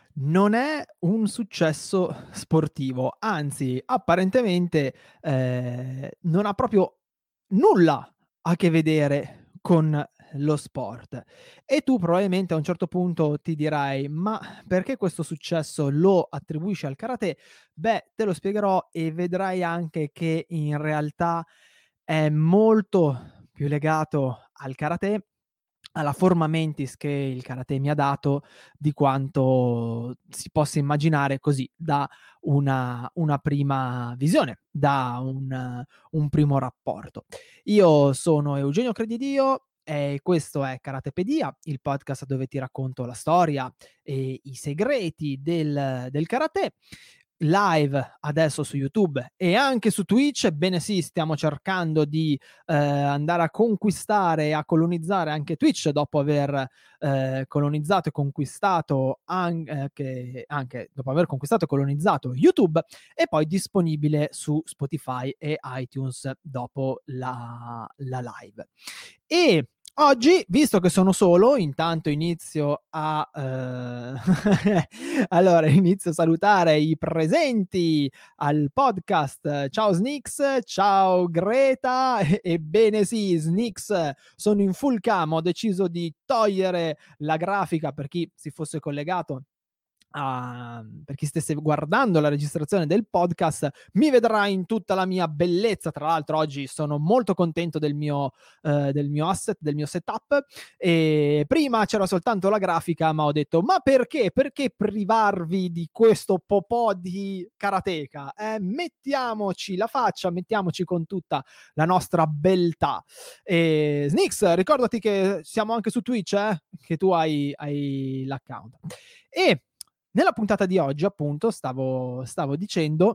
non è un successo sportivo, anzi apparentemente, non ha proprio nulla a che vedere con lo sport. E tu probabilmente a un certo punto ti dirai: "Ma perché questo successo lo attribuisci al karate?" Beh, te lo spiegherò e vedrai anche che in realtà è molto più legato al karate, alla forma mentis che il karate mi ha dato, di quanto si possa immaginare così da una prima visione, da un primo rapporto. Io sono Eugenio Credidio e questo è Karatepedia, il podcast dove ti racconto la storia e i segreti del karate. Live adesso su YouTube e anche su Twitch. Ebbene sì, stiamo cercando di andare a conquistare e a colonizzare anche Twitch dopo aver colonizzato e conquistato anche dopo aver conquistato e colonizzato YouTube, e poi disponibile su Spotify e iTunes dopo la live. E oggi, visto che sono solo, intanto inizio a allora inizio a salutare i presenti al podcast. Ciao Snix, ciao Greta. Ebbene sì, Snix, sono in full cam, ho deciso di togliere la grafica per chi si fosse collegato per chi stesse guardando la registrazione del podcast. Mi vedrà in tutta la mia bellezza. Tra l'altro oggi sono molto contento del mio asset, del mio setup. E prima c'era soltanto la grafica, ma ho detto: ma perché privarvi di questo popò di karateka? Mettiamoci la faccia, mettiamoci con tutta la nostra beltà. E Snix, ricordati che siamo anche su Twitch, che tu hai l'account. E nella puntata di oggi, appunto, stavo dicendo,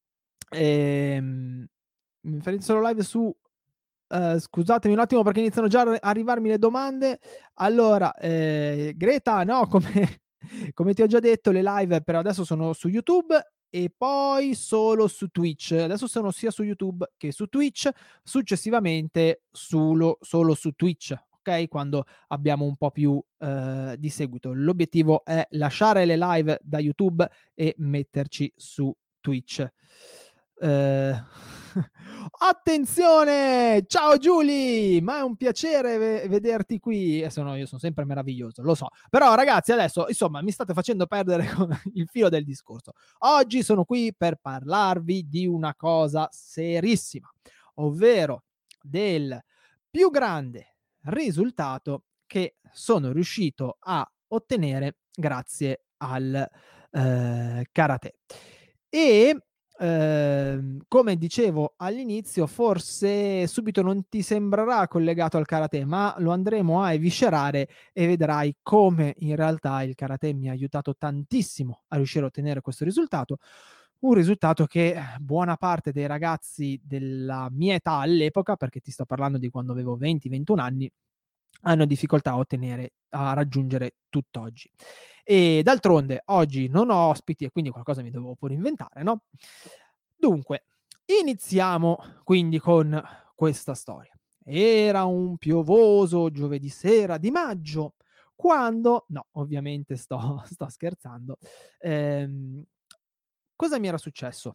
mi farete solo live su scusatemi un attimo perché iniziano già a arrivarmi le domande. Allora, Greta, no, come ti ho già detto, le live per adesso sono su YouTube e poi solo su Twitch. Adesso sono sia su YouTube che su Twitch, successivamente solo su Twitch, okay, quando abbiamo un po' più, di seguito. L'obiettivo è lasciare le live da YouTube e metterci su Twitch. Ehm, Attenzione! Ciao Giuly! Ma è un piacere vederti qui. Io sono sempre meraviglioso, lo so. Però ragazzi adesso, insomma, mi state facendo perdere il filo del discorso. Oggi sono qui per parlarvi di una cosa serissima, ovvero del più grande risultato che sono riuscito a ottenere grazie al, karate. E come dicevo all'inizio, forse subito non ti sembrerà collegato al karate, ma lo andremo a eviscerare e vedrai come in realtà il karate mi ha aiutato tantissimo a riuscire a ottenere questo risultato. Un risultato che buona parte dei ragazzi della mia età all'epoca, perché ti sto parlando di quando avevo 20, 21 anni, hanno difficoltà a raggiungere tutt'oggi. E d'altronde oggi non ho ospiti e quindi qualcosa mi dovevo pure inventare, no? Dunque, iniziamo quindi con questa storia. Era un piovoso giovedì sera di maggio quando, no, ovviamente sto scherzando. Ehm, Cosa mi era successo?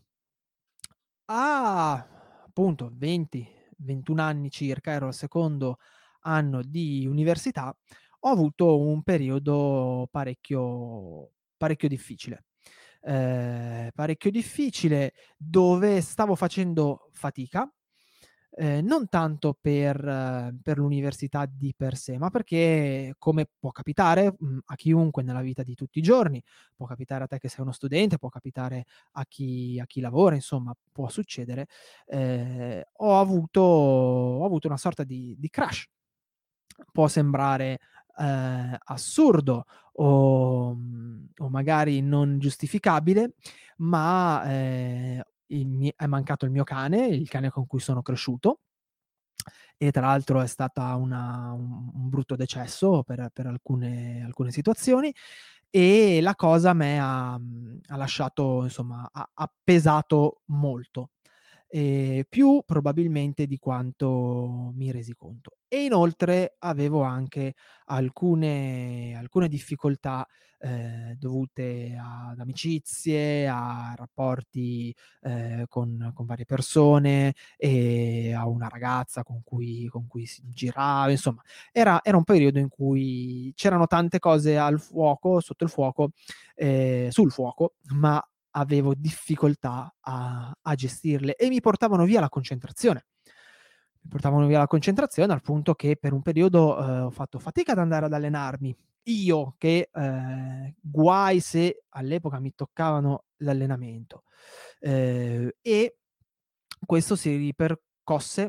Appunto 20, 21 anni circa, ero al secondo anno di università, ho avuto un periodo parecchio difficile. Parecchio difficile, dove stavo facendo fatica, non tanto per l'università di per sé, ma perché, come può capitare, a chiunque nella vita di tutti i giorni, può capitare a te che sei uno studente, può capitare a chi lavora, insomma può succedere, ho avuto una sorta di crash. Può sembrare, assurdo o magari non giustificabile, ma, è mancato il mio cane, il cane con cui sono cresciuto, e tra l'altro è stata un brutto decesso per alcune situazioni, e la cosa a me ha lasciato insomma ha pesato molto. più probabilmente di quanto mi resi conto. E inoltre avevo anche alcune difficoltà, dovute ad amicizie, a rapporti, con varie persone, a una ragazza con cui giravo, insomma era un periodo in cui c'erano tante cose al fuoco, sotto il fuoco, sul fuoco, ma avevo difficoltà a gestirle e mi portavano via la concentrazione. Mi portavano via la concentrazione al punto che per un periodo, ho fatto fatica ad andare ad allenarmi. Io che, guai se all'epoca mi toccavano l'allenamento. E questo si ripercosse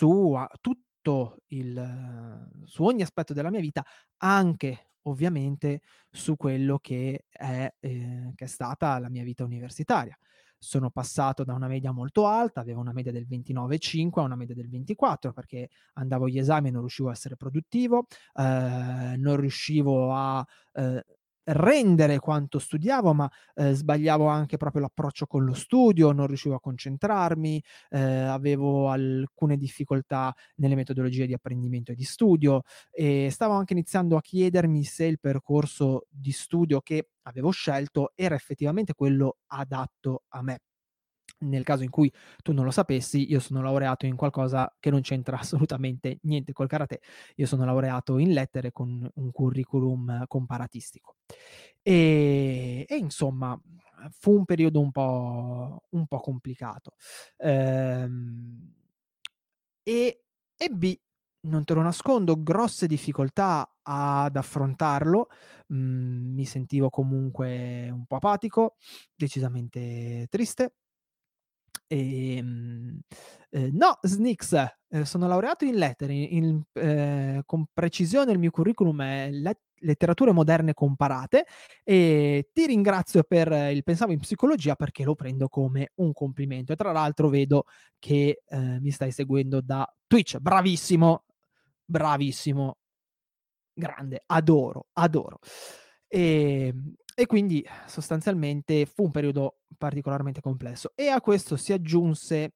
su ogni aspetto della mia vita, anche ovviamente su quello che è stata la mia vita universitaria. Sono passato da una media molto alta, avevo una media del 29,5 a una media del 24, perché andavo agli esami e non riuscivo a essere produttivo, non riuscivo a, ehm, rendere quanto studiavo, ma sbagliavo anche proprio l'approccio con lo studio, non riuscivo a concentrarmi, avevo alcune difficoltà nelle metodologie di apprendimento e di studio, e stavo anche iniziando a chiedermi se il percorso di studio che avevo scelto era effettivamente quello adatto a me. Nel caso in cui tu non lo sapessi, io sono laureato in qualcosa che non c'entra assolutamente niente col karate. Io sono laureato in lettere con un curriculum comparatistico. E insomma, fu un periodo un po' complicato. Ehm, e ebbi, non te lo nascondo, grosse difficoltà ad affrontarlo. Mi sentivo comunque un po' apatico, decisamente triste. Ehm, no, Snicks, sono laureato in lettere, con precisione il mio curriculum è letterature moderne comparate, e ti ringrazio per il pensavo in psicologia perché lo prendo come un complimento. E tra l'altro vedo che, mi stai seguendo da Twitch. Bravissimo, bravissimo. Grande, adoro, adoro. E quindi sostanzialmente fu un periodo particolarmente complesso, e a questo si aggiunse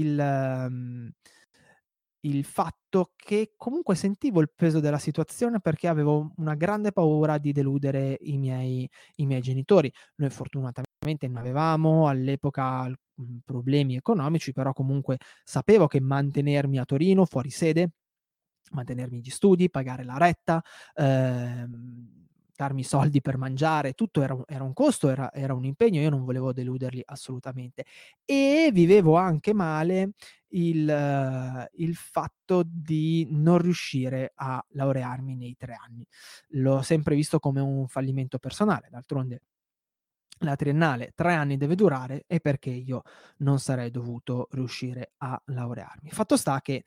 il fatto che comunque sentivo il peso della situazione, perché avevo una grande paura di deludere i miei genitori. Noi fortunatamente non avevamo all'epoca problemi economici, però comunque sapevo che mantenermi a Torino fuori sede, mantenermi gli studi, pagare la retta, darmi i soldi per mangiare, tutto era un costo, era un impegno, io non volevo deluderli assolutamente. E vivevo anche male il fatto di non riuscire a laurearmi nei 3 anni. L'ho sempre visto come un fallimento personale, d'altronde la triennale 3 anni deve durare, e perché io non sarei dovuto riuscire a laurearmi. Fatto sta che,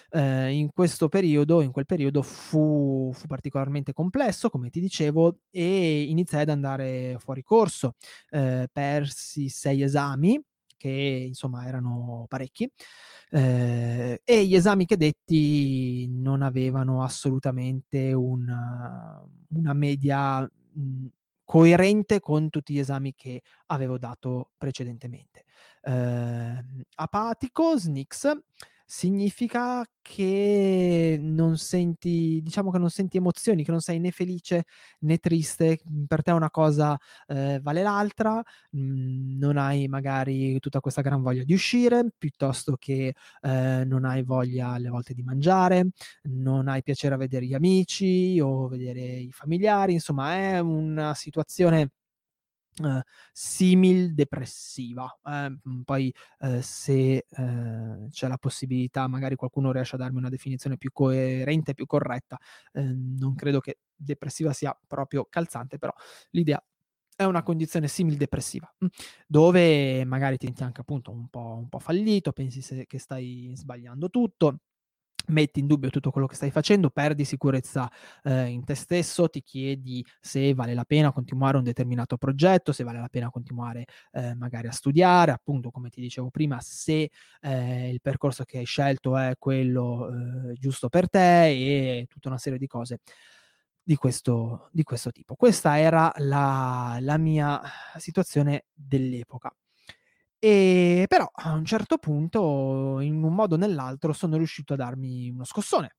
in quel periodo fu particolarmente complesso, come ti dicevo, e iniziai ad andare fuori corso. Persi 6 esami, che insomma erano parecchi, e gli esami che detti non avevano assolutamente una media, coerente con tutti gli esami che avevo dato precedentemente. Apatico, SNICS, significa che non senti, diciamo che non senti emozioni, che non sei né felice né triste, per te una cosa, vale l'altra, non hai magari tutta questa gran voglia di uscire, piuttosto che, non hai voglia alle volte di mangiare, non hai piacere a vedere gli amici o vedere i familiari, insomma è una situazione, simil depressiva. Poi, se, c'è la possibilità, magari qualcuno riesce a darmi una definizione più coerente, più corretta, non credo che depressiva sia proprio calzante, però l'idea è una condizione simil depressiva, dove magari ti senti anche appunto un po' fallito, pensi che stai sbagliando tutto, metti in dubbio tutto quello che stai facendo, perdi sicurezza, in te stesso, ti chiedi se vale la pena continuare un determinato progetto, se vale la pena continuare, magari a studiare, appunto come ti dicevo prima, se, il percorso che hai scelto è quello, giusto per te, e tutta una serie di cose di questo tipo. Questa era la mia situazione dell'epoca. Però a un certo punto, in un modo o nell'altro, sono riuscito a darmi uno scossone.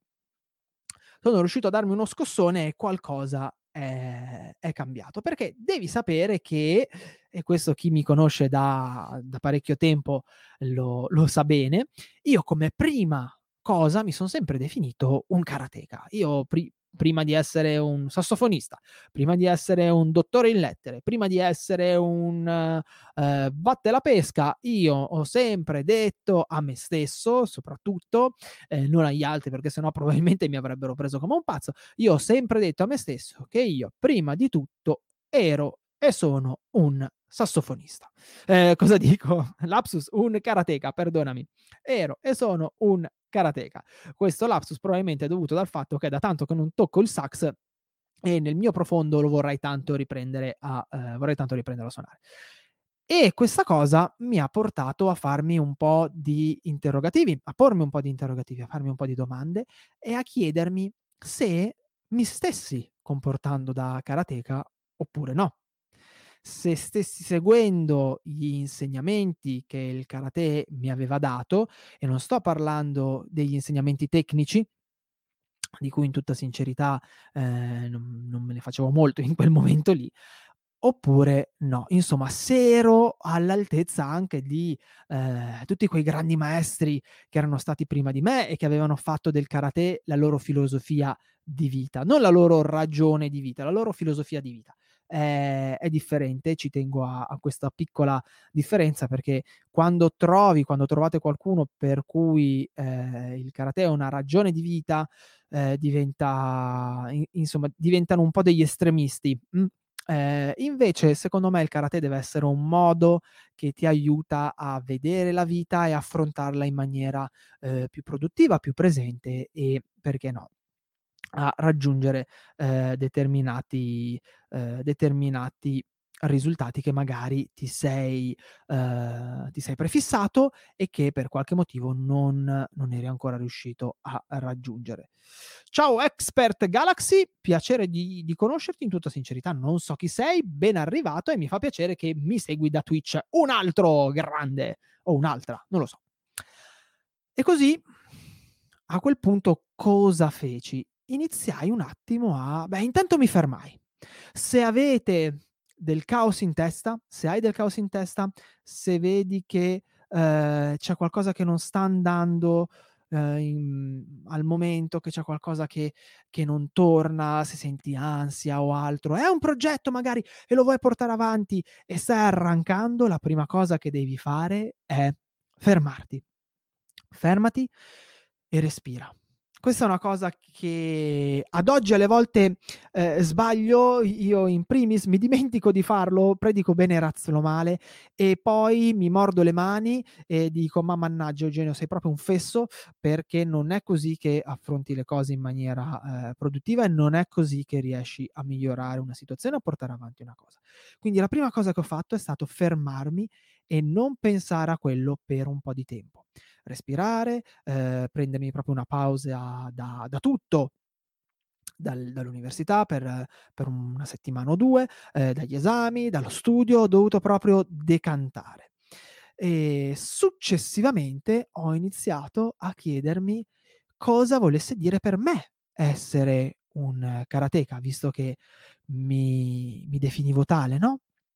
E qualcosa è cambiato. Perché devi sapere che, e questo chi mi conosce da parecchio tempo lo sa bene, io come prima cosa mi son sempre definito un karateka. Io prima di essere un sassofonista, prima di essere un dottore in lettere, prima di essere un batte la pesca, io ho sempre detto a me stesso soprattutto, non agli altri perché sennò probabilmente mi avrebbero preso come un pazzo, io ho sempre detto a me stesso che io prima di tutto ero e sono un sassofonista. Cosa dico? Lapsus, un karateka, perdonami. Ero e sono un karateka. Questo lapsus probabilmente è dovuto dal fatto che è da tanto che non tocco il sax e nel mio profondo lo vorrei tanto riprendere a suonare. E questa cosa mi ha portato a farmi un po' di interrogativi, a pormi un po' di interrogativi, a farmi un po' di domande e a chiedermi se mi stessi comportando da karateka oppure no. Se stessi seguendo gli insegnamenti che il karate mi aveva dato, e non sto parlando degli insegnamenti tecnici, di cui in tutta sincerità, non me ne facevo molto in quel momento lì, oppure no. Insomma, se ero all'altezza anche di, tutti quei grandi maestri che erano stati prima di me e che avevano fatto del karate la loro filosofia di vita, non la loro ragione di vita, la loro filosofia di vita. È differente, ci tengo a questa piccola differenza perché quando trovate qualcuno per cui, il karate è una ragione di vita, insomma diventano un po' degli estremisti, invece secondo me il karate deve essere un modo che ti aiuta a vedere la vita e affrontarla in maniera, più produttiva, più presente e, perché no, a raggiungere, determinati risultati che magari ti sei prefissato e che per qualche motivo non eri ancora riuscito a raggiungere. Ciao Expert Galaxy, piacere di conoscerti in tutta sincerità, non so chi sei, ben arrivato e mi fa piacere che mi segui da Twitch. Un altro grande o un'altra, non lo so. E così, a quel punto cosa feci? Iniziai un attimo intanto mi fermai. Se avete del caos in testa, se hai del caos in testa, se vedi che, c'è qualcosa che non sta andando, al momento, che c'è qualcosa che non torna, se senti ansia o altro, è un progetto magari e lo vuoi portare avanti e stai arrancando, la prima cosa che devi fare è fermarti. Fermati e respira. Questa è una cosa che ad oggi alle volte, sbaglio, io in primis mi dimentico di farlo, predico bene e razzolo male e poi mi mordo le mani e dico: "Ma mannaggia Eugenio, sei proprio un fesso", perché non è così che affronti le cose in maniera, produttiva e non è così che riesci a migliorare una situazione, a portare avanti una cosa. Quindi la prima cosa che ho fatto è stato fermarmi e non pensare a quello per un po' di tempo. Respirare, prendermi proprio una pausa da tutto, dall'università per una settimana o 2, dagli esami, dallo studio, ho dovuto proprio decantare. Successivamente ho iniziato a chiedermi cosa volesse dire per me essere un karateka, visto che mi definivo tale, no?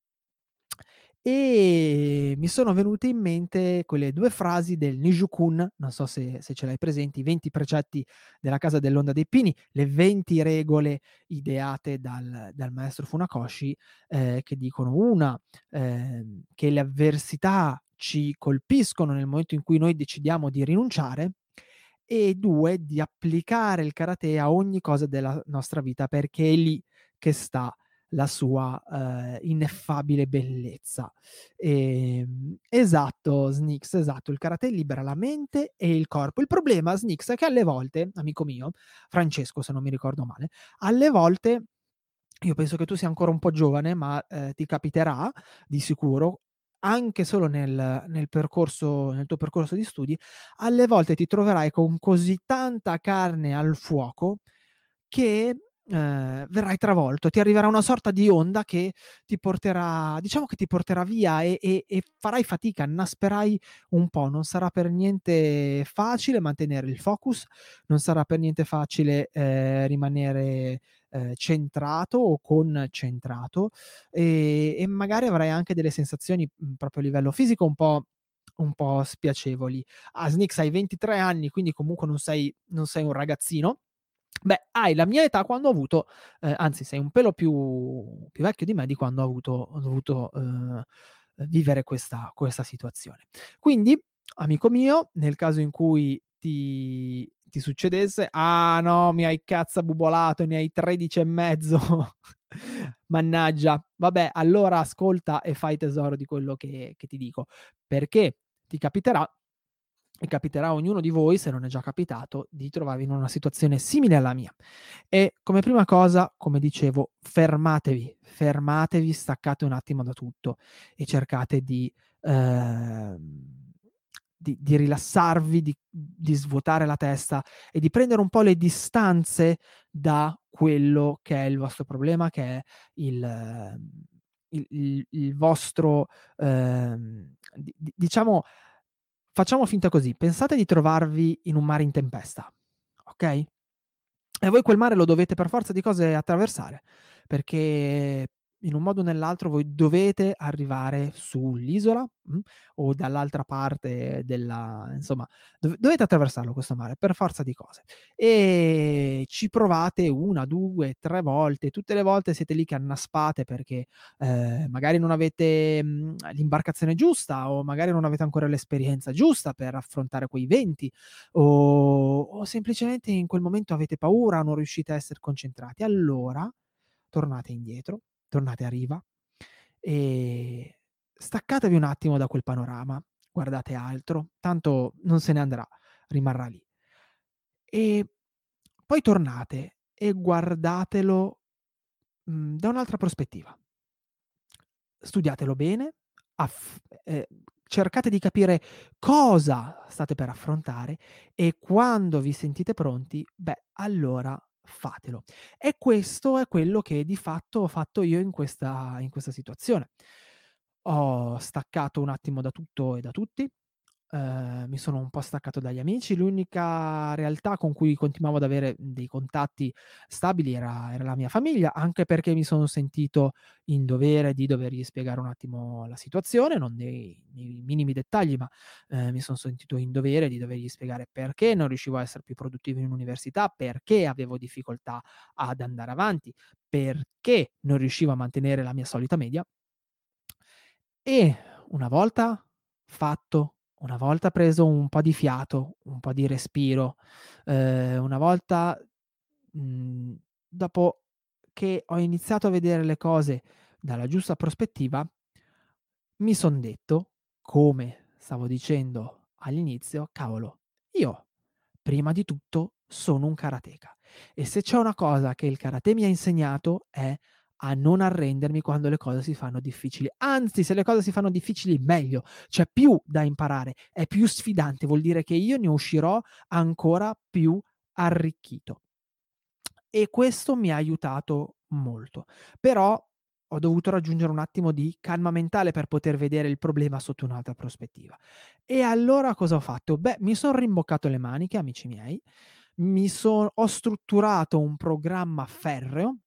Mi sono venute in mente quelle 2 frasi del Nijukun, non so se ce l'hai presenti, i 20 precetti della Casa dell'Onda dei Pini, le 20 regole ideate dal maestro Funakoshi, che dicono: 1, che le avversità ci colpiscono nel momento in cui noi decidiamo di rinunciare, e 2, di applicare il karate a ogni cosa della nostra vita, perché è lì che sta la sua, ineffabile bellezza. Esatto Snix, esatto, il karate libera la mente e il corpo. Il problema Snix è che alle volte, amico mio, Francesco se non mi ricordo male, alle volte io penso che tu sia ancora un po' giovane, ma, ti capiterà di sicuro, anche solo nel tuo percorso di studi, alle volte ti troverai con così tanta carne al fuoco che, verrai travolto, ti arriverà una sorta di onda che ti porterà, diciamo, che ti porterà via, e farai fatica, annasperai un po'. Non sarà per niente facile mantenere il focus, non sarà per niente facile, rimanere, centrato o concentrato, e magari avrai anche delle sensazioni, proprio a livello fisico un po' spiacevoli. Ah, Snix, hai 23 anni, quindi comunque non sei un ragazzino. Beh, hai la mia età quando ho avuto, anzi sei un pelo più vecchio di me di quando ho dovuto, vivere questa situazione. Quindi, amico mio, nel caso in cui ti succedesse: "Ah no, mi hai cazzabubolato, ne hai 13 e mezzo." Mannaggia. Vabbè, allora ascolta e fai tesoro di quello che ti dico, perché ti capiterà, e capiterà a ognuno di voi, se non è già capitato, di trovarvi in una situazione simile alla mia. E come prima cosa, come dicevo, fermatevi, staccate un attimo da tutto e cercate ehm, di rilassarvi, di svuotare la testa e di prendere un po' le distanze da quello che è il vostro problema, che è il vostro, diciamo, facciamo finta così: pensate di trovarvi in un mare in tempesta, okay? E voi quel mare lo dovete per forza di cose attraversare, perché in un modo o nell'altro voi dovete arrivare sull'isola, o dall'altra parte della, insomma, dovete attraversarlo questo mare per forza di cose. E ci provate 1, 2, 3 volte, tutte le volte siete lì che annaspate perché, magari non avete, l'imbarcazione giusta, o magari non avete ancora l'esperienza giusta per affrontare quei venti, o semplicemente in quel momento avete paura, non riuscite a esser concentrati. Allora tornate indietro, tornate a riva e staccatevi un attimo da quel panorama, guardate altro, tanto non se ne andrà, rimarrà lì. E poi tornate e guardatelo, da un'altra prospettiva. Studiatelo bene, aff cercate di capire cosa state per affrontare, e quando vi sentite pronti, beh, allora fatelo. E questo è quello che di fatto ho fatto io in questa situazione. Ho staccato un attimo da tutto e da tutti. Mi sono un po' staccato dagli amici. L'unica realtà con cui continuavo ad avere dei contatti stabili era la mia famiglia, anche perché mi sono sentito in dovere di dovergli spiegare un attimo la situazione, non nei minimi dettagli, ma, mi son sentito in dovere di dovergli spiegare perché non riuscivo a essere più produttivo in università, perché avevo difficoltà ad andare avanti, perché non riuscivo a mantenere la mia solita media. E una volta fatto, una volta preso un po' di fiato, un po' di respiro, una volta, mhmm, dopo che ho iniziato a vedere le cose dalla giusta prospettiva, mi son detto, come stavo dicendo all'inizio: "Cavolo, io prima di tutto sono un karateka, e se c'è una cosa che il karate mi ha insegnato è a non arrendermi quando le cose si fanno difficili. Anzi, se le cose si fanno difficili meglio, c'è più da imparare, è più sfidante, vuol dire che io ne uscirò ancora più arricchito." E questo mi ha aiutato molto. Però ho dovuto raggiungere un attimo di calma mentale per poter vedere il problema sotto un'altra prospettiva. E allora cosa ho fatto? Beh, mi son rimboccato le maniche, amici miei, ho strutturato un programma ferreo,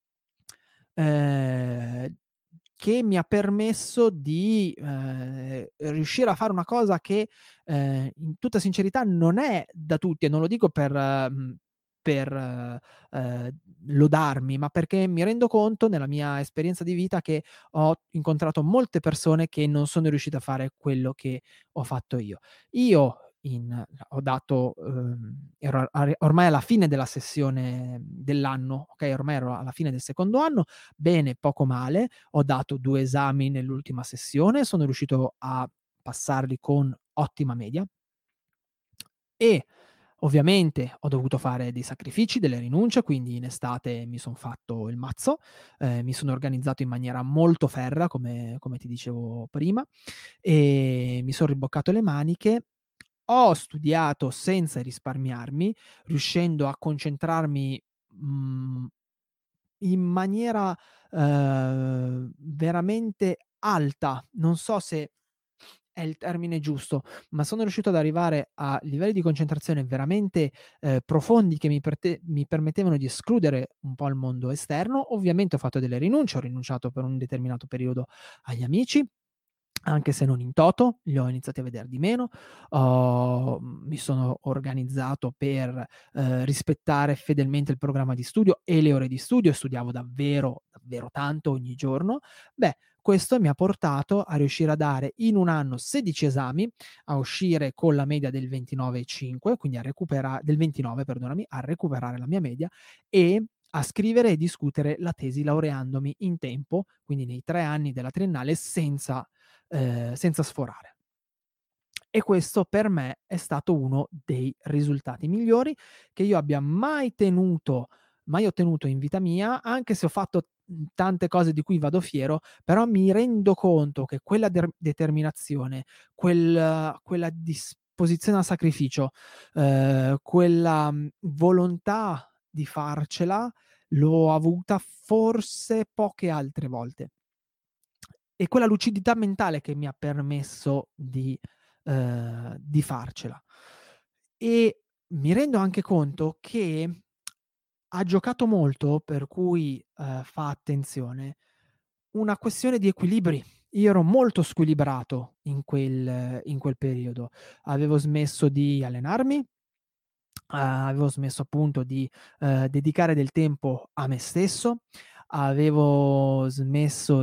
ehm, che mi ha permesso di, riuscire a fare una cosa che, in tutta sincerità non è da tutti, e non lo dico per lodarmi, ma perché mi rendo conto, nella mia esperienza di vita, che ho incontrato molte persone che non sono riuscite a fare quello che ho fatto io. Io ho dato, ero ormai alla fine della sessione dell'anno, okay, ormai ero alla fine del secondo anno, bene, poco male, ho dato 2 esami nell'ultima sessione, sono riuscito a passarli con ottima media. E ovviamente ho dovuto fare dei sacrifici, delle rinunce, quindi in estate mi son fatto il mazzo, mi sono organizzato in maniera molto ferrea, come ti dicevo prima, mi son rimboccato le maniche, ho studiato senza risparmiarmi, riuscendo a concentrarmi, mhmm in maniera, veramente alta. Non so se è il termine giusto, ma sono riuscito ad arrivare a livelli di concentrazione veramente, profondi che mi permettevano di escludere un po' il mondo esterno. Ovviamente ho fatto delle rinunce, ho rinunciato per un determinato periodo agli amici, anche se non in toto, li ho iniziati a vedere di meno. Mi sono organizzato per, rispettare fedelmente il programma di studio e le ore di studio, e studiavo davvero, davvero tanto ogni giorno. Beh, questo mi ha portato a riuscire a dare in 1 anno 16 esami, a uscire con la media del 29,5, quindi del 29 perdonami, a recuperare la mia media e a scrivere e discutere la tesi laureandomi in tempo, quindi nei 3 anni della triennale senza sforare. E questo per me è stato uno dei risultati migliori che io abbia mai ottenuto in vita mia, anche se ho fatto, tante cose di cui vado fiero, però mi rendo conto che quella determinazione, quella disposizione al sacrificio, quella, volontà di farcela, l'ho avuta forse poche altre volte. E quella lucidità mentale che mi ha permesso di farcela. E mi rendo anche conto che ha giocato molto, per cui, fa attenzione, una questione di equilibri. Io ero molto squilibrato in quel periodo. Avevo smesso di allenarmi, avevo smesso appunto di, dedicare del tempo a me stesso, avevo smesso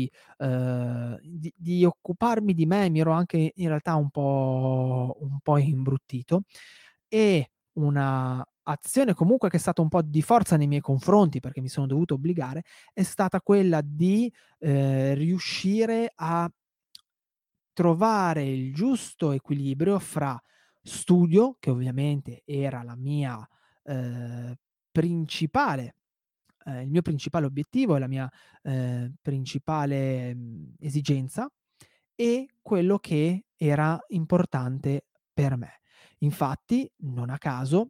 di occuparmi di me, mi ero anche in realtà un po' imbruttito, e una azione comunque che è stata un po' di forza nei miei confronti, perché mi sono dovuto obbligare, è stata quella di, riuscire a trovare il giusto equilibrio fra studio, che ovviamente era la mia, ehm, principale il mio principale obiettivo e la mia, principale, esigenza, e quello che era importante per me. Infatti, non a caso,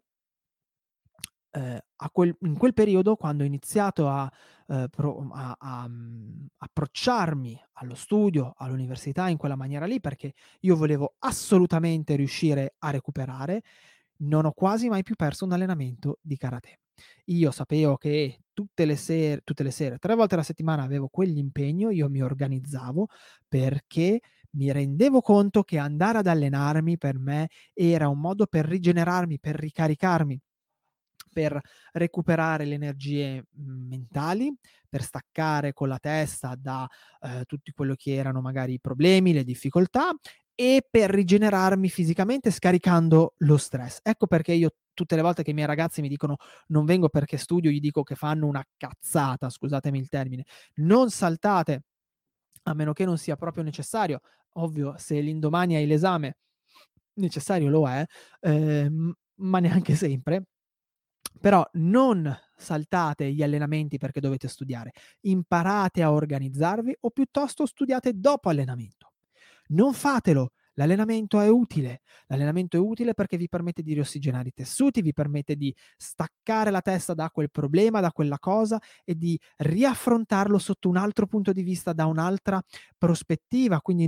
in quel periodo, quando ho iniziato approcciarmi allo studio, all'università in quella maniera lì, perché io volevo assolutamente riuscire a recuperare, non ho quasi mai più perso un allenamento di karate. Io sapevo che tutte le sere, 3 volte alla settimana avevo quell'impegno, io mi organizzavo perché mi rendevo conto che andare ad allenarmi per me era un modo per rigenerarmi, per ricaricarmi, per recuperare le energie, mentali, per staccare con la testa da, tutti quello che erano magari i problemi, le difficoltà, e per rigenerarmi fisicamente scaricando lo stress. Ecco perché io tutte le volte che i miei ragazzi mi dicono: "Non vengo perché studio", gli dico che fanno una cazzata, scusatemi il termine. Non saltate, a meno che non sia proprio necessario. Ovvio, se l'indomani hai l'esame, necessario lo è, ma neanche sempre. Però non saltate gli allenamenti perché dovete studiare, imparate a organizzarvi o piuttosto studiate dopo allenamento. Non fatelo, l'allenamento è utile perché vi permette di riossigenare i tessuti, vi permette di staccare la testa da quel problema, da quella cosa, e di riaffrontarlo sotto un altro punto di vista, da un'altra prospettiva. Quindi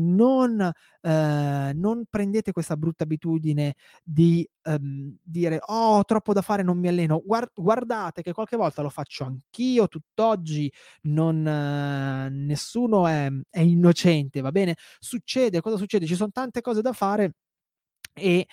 non prendete questa brutta abitudine di, dire: "Oh, ho troppo da fare, non mi alleno". Guardate che qualche volta lo faccio anch'io tutt'oggi, non nessuno è innocente, va bene? Succede, cosa succede? Ci son tante cose da fare e,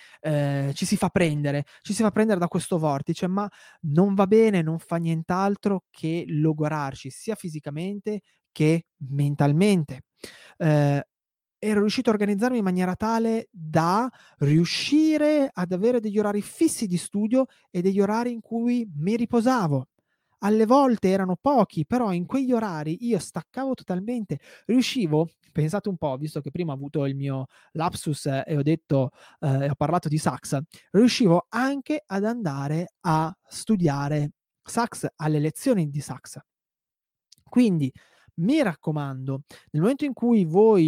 ci si fa prendere da questo vortice, ma non va bene, non fa nient'altro che logorarci sia fisicamente che mentalmente. Ehm, Ero riuscito a organizzarmi in maniera tale da riuscire ad avere degli orari fissi di studio e degli orari in cui mi riposavo. Alle volte erano pochi, però in quegli orari io staccavo totalmente. Riuscivo, pensate un po', visto che prima ho avuto il mio lapsus, e ho detto e ho parlato di sax, riuscivo anche ad andare a studiare sax alle lezioni di sax. Quindi mi raccomando, nel momento in cui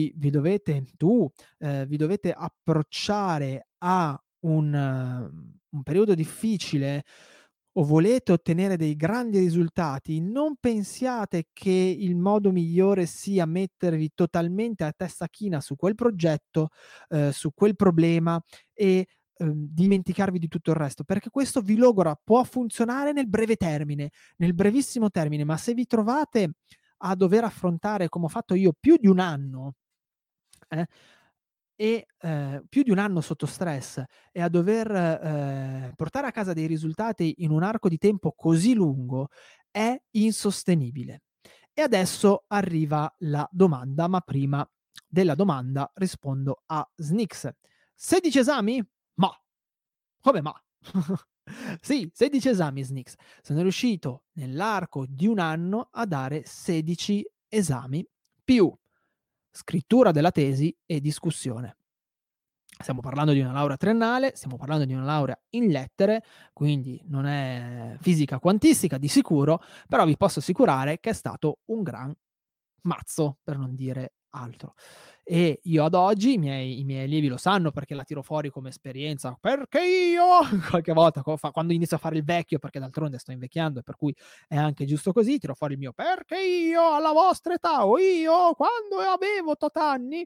vi dovete approcciare a un periodo difficile, o volete ottenere dei grandi risultati, non pensiate che il modo migliore sia mettervi totalmente a testa china su quel progetto, su quel problema e, dimenticarvi di tutto il resto, perché questo vi logora, può funzionare nel breve termine, nel brevissimo termine, ma se vi trovate a dover affrontare, come ho fatto io, più di 1 anno, eh, più di 1 anno sotto stress e a dover, portare a casa dei risultati in un arco di tempo così lungo, è insostenibile. E adesso arriva la domanda, ma prima della domanda rispondo a Snix. 16 esami? Ma come ma? Sì, 16 esami Snix. Sono riuscito nell'arco di 1 anno a dare 16 esami più scrittura della tesi e discussione. Stiamo parlando di una laurea triennale, stiamo parlando di una laurea in lettere, quindi non è fisica quantistica di sicuro, però vi posso assicurare che è stato un gran mazzo, per non dire altro. E io ad oggi, i miei allievi lo sanno perché la tiro fuori come esperienza, perché io qualche volta quando inizio a fare il vecchio, perché d'altronde sto invecchiando e per cui è anche giusto così, tiro fuori il mio: "Perché io alla vostra età o io quando avevo tot anni".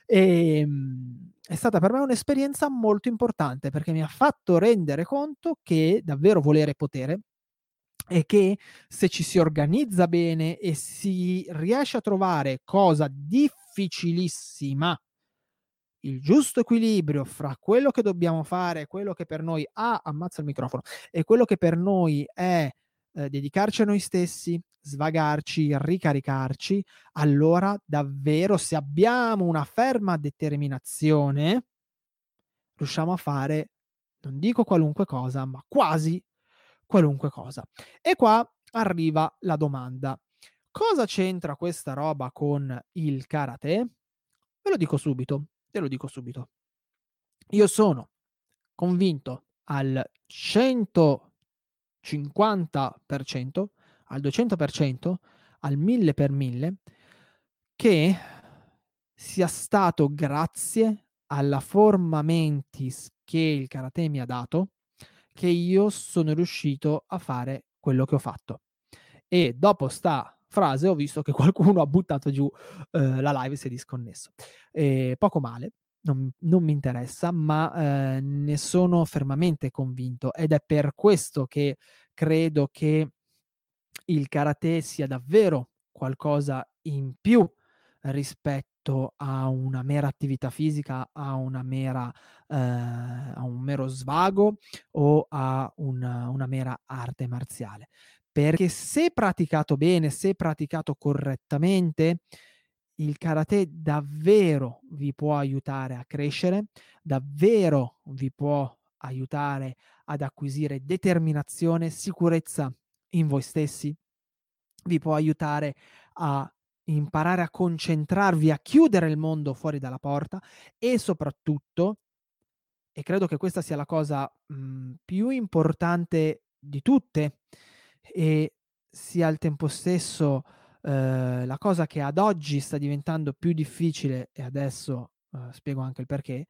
È stata per me un'esperienza molto importante perché mi ha fatto rendere conto che davvero volere è potere e che se ci si organizza bene e si riesce a trovare, cosa difficilissima, il giusto equilibrio fra quello che dobbiamo fare, quello che per noi ammazza il microfono, e quello che per noi è, dedicarci a noi stessi, svagarci, ricaricarci, allora davvero se abbiamo una ferma determinazione, riusciamo a fare, non dico qualunque cosa, ma quasi qualunque cosa. E qua arriva la domanda: cosa c'entra questa roba con il karate? Ve lo dico subito, te lo dico subito. Io sono convinto al 150%, al 200%, al 1000 per 1000 che sia stato grazie alla forma mentis che il karate mi ha dato, che io sono riuscito a fare quello che ho fatto. E dopo sta frase ho visto che qualcuno ha buttato giù, la live e si è disconnesso. Poco male, non mi interessa, ma, ne sono fermamente convinto ed è per questo che credo che il karate sia davvero qualcosa in più rispetto a una mera attività fisica, a un mero svago o a una mera arte marziale. Perché se praticato bene, se praticato correttamente, il karate davvero vi può aiutare a crescere, davvero vi può aiutare ad acquisire determinazione, sicurezza in voi stessi, vi può aiutare a imparare a concentrarvi, a chiudere il mondo fuori dalla porta e soprattutto, e credo che questa sia la cosa, più importante di tutte e sia al tempo stesso, la cosa che ad oggi sta diventando più difficile e adesso, spiego anche il perché,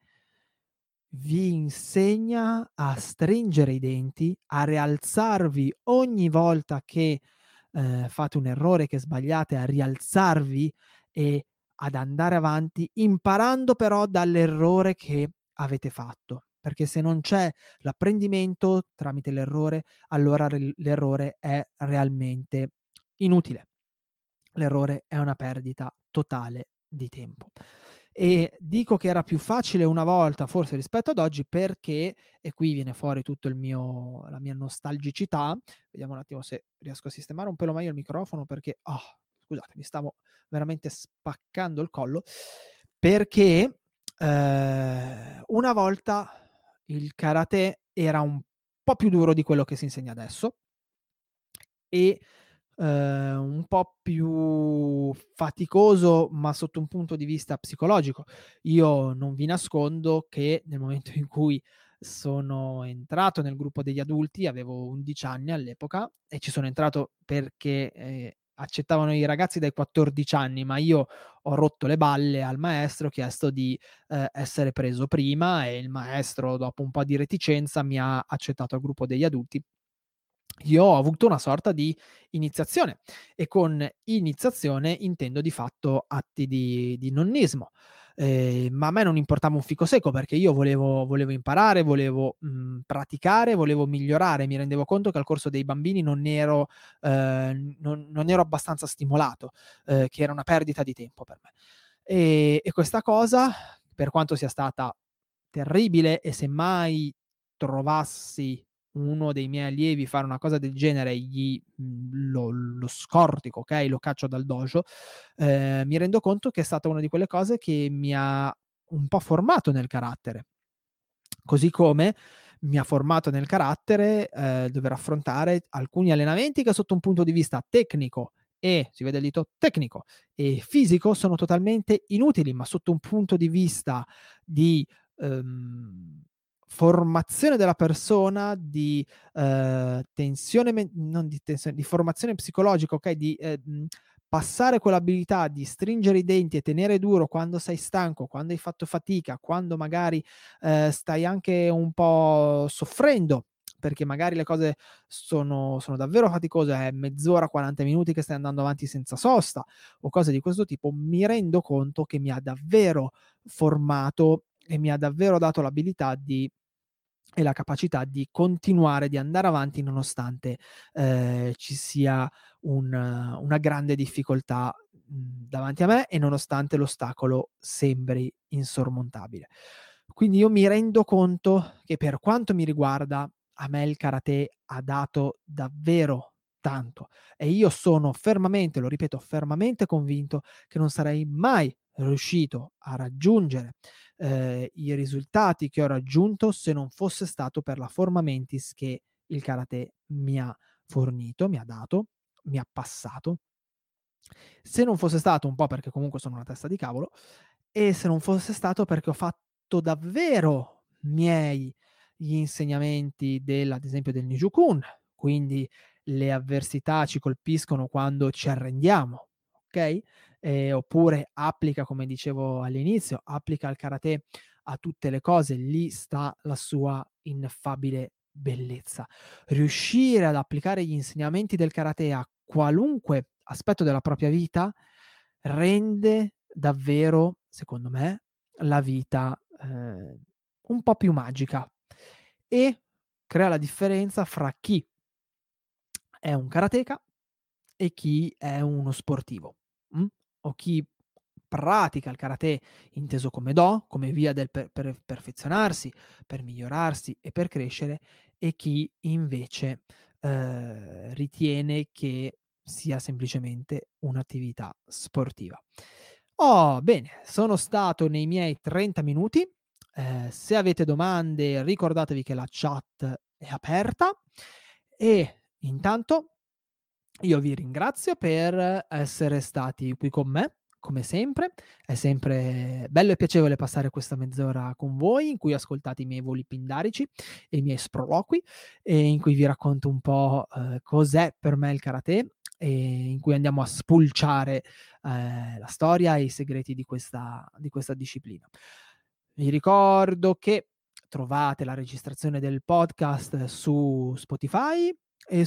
vi insegna a stringere i denti, a rialzarvi ogni volta che, fate un errore, che sbagliate, a rialzarvi e ad andare avanti, imparando però dall'errore che avete fatto. Perché se non c'è l'apprendimento tramite l'errore, allora l'errore è realmente inutile. L'errore è una perdita totale di tempo. E dico che era più facile una volta, forse rispetto ad oggi, perché, e qui viene fuori tutto il mio la mia nostalgicità, vediamo un attimo se riesco a sistemare un pelo meglio il microfono perché, scusate, mi stavo veramente spaccando il collo, perché, una volta il karate era un po' più duro di quello che si insegna adesso e un po' più faticoso, ma sotto un punto di vista psicologico. Io non vi nascondo che nel momento in cui sono entrato nel gruppo degli adulti, avevo 11 anni all'epoca e ci sono entrato perché, accettavano i ragazzi dai 14 anni, ma io ho rotto le balle al maestro, ho chiesto di, essere preso prima e il maestro dopo un po' di reticenza mi ha accettato al gruppo degli adulti io ho avuto una sorta di iniziazione, e con iniziazione intendo di fatto atti di nonnismo. Ma a me non importava un fico secco, perché io volevo imparare, volevo, praticare, volevo migliorare. Mi rendevo conto che al corso dei bambini non ero abbastanza stimolato, che era una perdita di tempo per me. E questa cosa, per quanto sia stata terribile, e se mai trovassi uno dei miei allievi fare una cosa del genere, lo scortico, okay, lo caccio dal dojo. Mi rendo conto che è stata una di quelle cose che mi ha un po' formato nel carattere. Così come mi ha formato nel carattere, dover affrontare alcuni allenamenti che sotto un punto di vista tecnico, e si vede il dito, tecnico e fisico, sono totalmente inutili, ma sotto un punto di vista di, ehm, formazione della persona, di, tensione men non di tensione, di formazione psicologica, okay, di, passare quell'abilità di stringere i denti e tenere duro quando sei stanco, quando hai fatto fatica, quando magari stai anche un po' soffrendo, perché magari le cose sono davvero faticose, è mezz'ora, 40 minuti che stai andando avanti senza sosta o cose di questo tipo. Mi rendo conto che mi ha davvero formato e mi ha davvero dato l'abilità di e la capacità di continuare, di andare avanti nonostante, ci sia una grande difficoltà, davanti a me, e nonostante l'ostacolo sembri insormontabile. Quindi io mi rendo conto che, per quanto mi riguarda, a me il karate ha dato davvero tanto, e io sono fermamente, lo ripeto, fermamente convinto che non sarei mai riuscito a raggiungere i risultati che ho raggiunto se non fosse stato per la forma mentis che il karate mi ha fornito, mi ha dato, mi ha passato. Se non fosse stato, un po' perché comunque sono una testa di cavolo, e se non fosse stato perché ho fatto davvero miei gli insegnamenti ad esempio del Nijukun, quindi le avversità ci colpiscono quando ci arrendiamo, okay, oppure applica, come dicevo all'inizio, applica il karate a tutte le cose, lì sta la sua ineffabile bellezza. Riuscire ad applicare gli insegnamenti del karate a qualunque aspetto della propria vita rende davvero, secondo me, la vita, un po' più magica, e crea la differenza fra chi è un karateka e chi è uno sportivo, o chi pratica il karate inteso come do, come via del per perfezionarsi, per migliorarsi e per crescere, e chi invece, ritiene che sia semplicemente un'attività sportiva. Oh, bene, sono stato nei miei 30 minuti. Se avete domande ricordatevi che la chat è aperta, e intanto io vi ringrazio per essere stati qui con me, come sempre. È sempre bello e piacevole passare questa mezz'ora con voi, in cui ascoltate i miei voli pindarici e i miei sproloqui, e in cui vi racconto un po', cos'è per me il karate, e in cui andiamo a spulciare, la storia e i segreti di questa disciplina. Vi ricordo che trovate la registrazione del podcast su Spotify e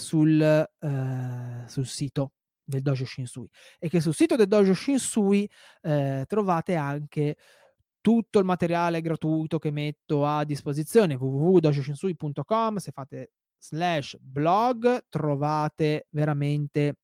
sul sito del Dojo Shinsui, e che sul sito del Dojo Shinsui, trovate anche tutto il materiale gratuito che metto a disposizione, www.dojoshinsui.com. Se fate /blog trovate veramente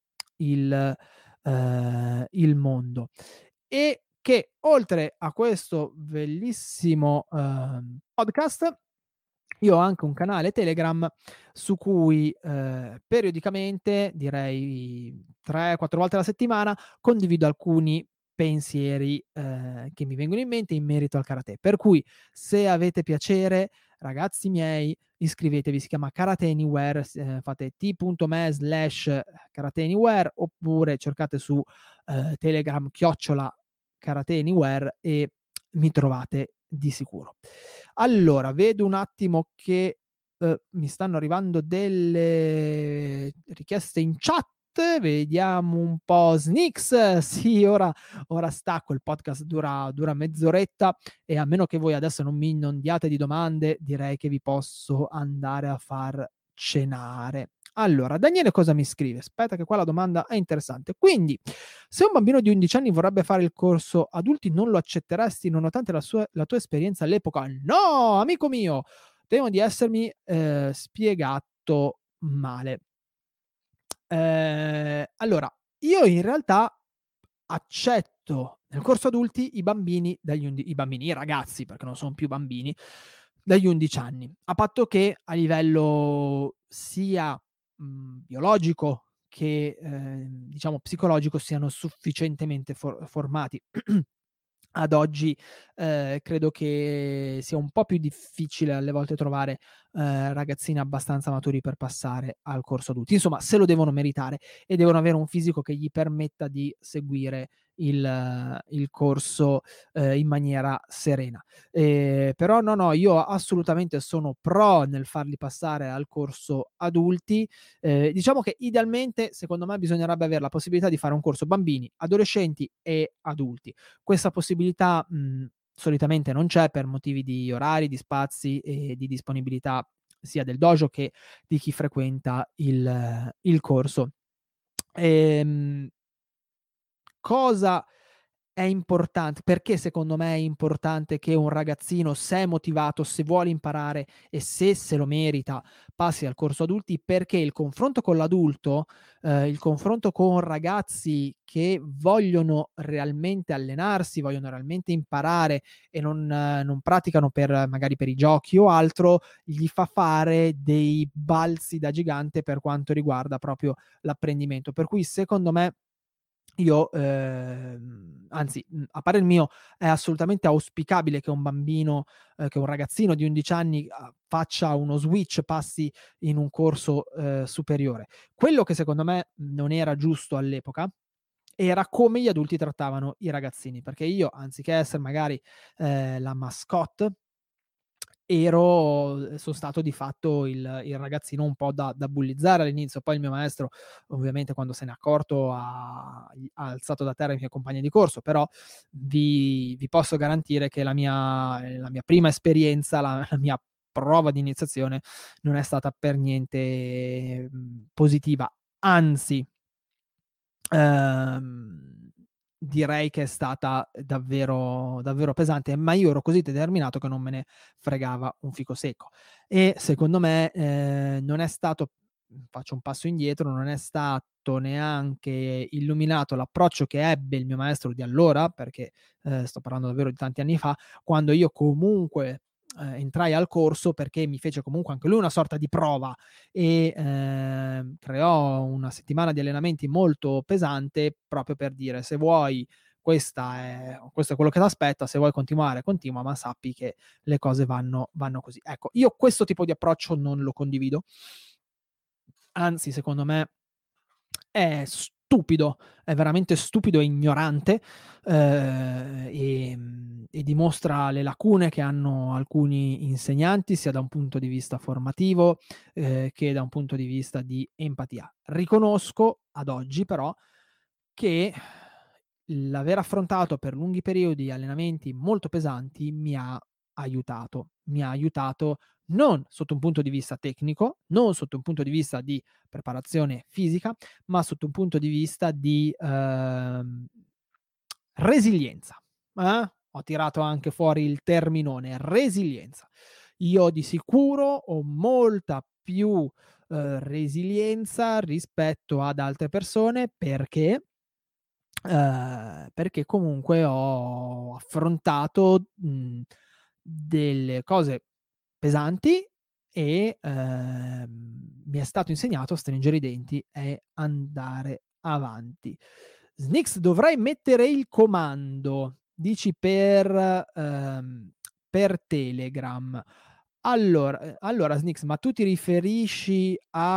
il mondo. E che oltre a questo bellissimo, podcast, io ho anche un canale Telegram su cui, periodicamente, direi 3, 4 volte alla settimana, condivido alcuni pensieri, che mi vengono in mente in merito al karate. Per cui, se avete piacere, ragazzi miei, iscrivetevi, si chiama Karate Anywhere, fate t.me/Karate Anywhere, oppure cercate su, Telegram @Karate Anywhere, e mi trovate di sicuro. Allora, vedo un attimo che, mi stanno arrivando delle richieste in chat, vediamo un po'. Snix, sì, ora stacco, il podcast dura mezz'oretta, e a meno che voi adesso non mi inondiate di domande, direi che vi posso andare a far cenare. Allora, Daniele cosa mi scrive? Aspetta che qua la domanda è interessante. Quindi, se un bambino di 11 anni vorrebbe fare il corso adulti, non lo accetteresti nonostante la tua esperienza all'epoca? No, amico mio, temo di essermi spiegato male. Allora, io in realtà accetto nel corso adulti i ragazzi, perché non son più bambini, dagli 11 anni, a patto che a livello sia, biologico che, diciamo psicologico siano sufficientemente formati. Ad oggi, credo che sia un po' più difficile alle volte trovare, ragazzini abbastanza maturi per passare al corso adulti. Insomma, se lo devono meritare e devono avere un fisico che gli permetta di seguire il corso, in maniera serena. Però no, no, io assolutamente sono pro nel farli passare al corso adulti. Diciamo che idealmente, secondo me, bisognerebbe aver la possibilità di fare un corso bambini, adolescenti e adulti. Questa possibilità, solitamente non c'è per motivi di orari, di spazi e di disponibilità sia del dojo che di chi frequenta il corso. Ehm Cosa è perché secondo me è importante che un ragazzino, se è motivato, se vuole imparare e se lo merita, passi al corso adulti? Perché il confronto con l'adulto, il confronto con ragazzi che vogliono realmente allenarsi, vogliono realmente imparare e non praticano magari per i giochi o altro, gli fa fare dei balzi da gigante per quanto riguarda proprio l'apprendimento. Per cui secondo me io, anzi, a parer mio è assolutamente auspicabile che un bambino che un ragazzino di 11 anni, faccia uno switch, passi in un corso, superiore. Quello che secondo me non era giusto all'epoca, era come gli adulti trattavano i ragazzini, perché io anziché essere magari, la mascotte son stato di fatto il ragazzino un po' da bullizzare all'inizio. Poi il mio maestro, ovviamente, quando se n'è accorto ha alzato da terra i miei compagni di corso, però vi posso garantire che la mia prima esperienza, la mia prova di iniziazione non è stata per niente, positiva. Anzi, Ehm, direi che è stata davvero davvero pesante, ma io ero così determinato che non me ne fregava un fico secco. E secondo me, non è stato faccio un passo indietro, non è stato neanche illuminato l'approccio che ebbe il mio maestro di allora, perché, sto parlando davvero di tanti anni fa, quando io comunque, entrai al corso perché mi fece comunque anche lui una sorta di prova e, creò una settimana di allenamenti molto pesante proprio per dire: "Se vuoi questo è quello che t'aspetta, se vuoi continuare continua, ma sappi che le cose vanno così." Ecco, io questo tipo di approccio non lo condivido, anzi secondo me è stupido, è veramente stupido e ignorante, e dimostra le lacune che hanno alcuni insegnanti, sia da un punto di vista formativo, che da un punto di vista di empatia. Riconosco ad oggi però che l'aver affrontato per lunghi periodi allenamenti molto pesanti mi ha aiutato non sotto un punto di vista tecnico, non sotto un punto di vista di preparazione fisica, ma sotto un punto di vista di, resilienza. Ho tirato anche fuori il terminone resilienza. Io di sicuro ho molta più, resilienza rispetto ad altre persone perché comunque ho affrontato, delle cose pesanti e, mi è stato insegnato a stringere i denti e andare avanti. Snix, dovrei mettere il comando, dici per Telegram. Allora Snix, ma tu ti riferisci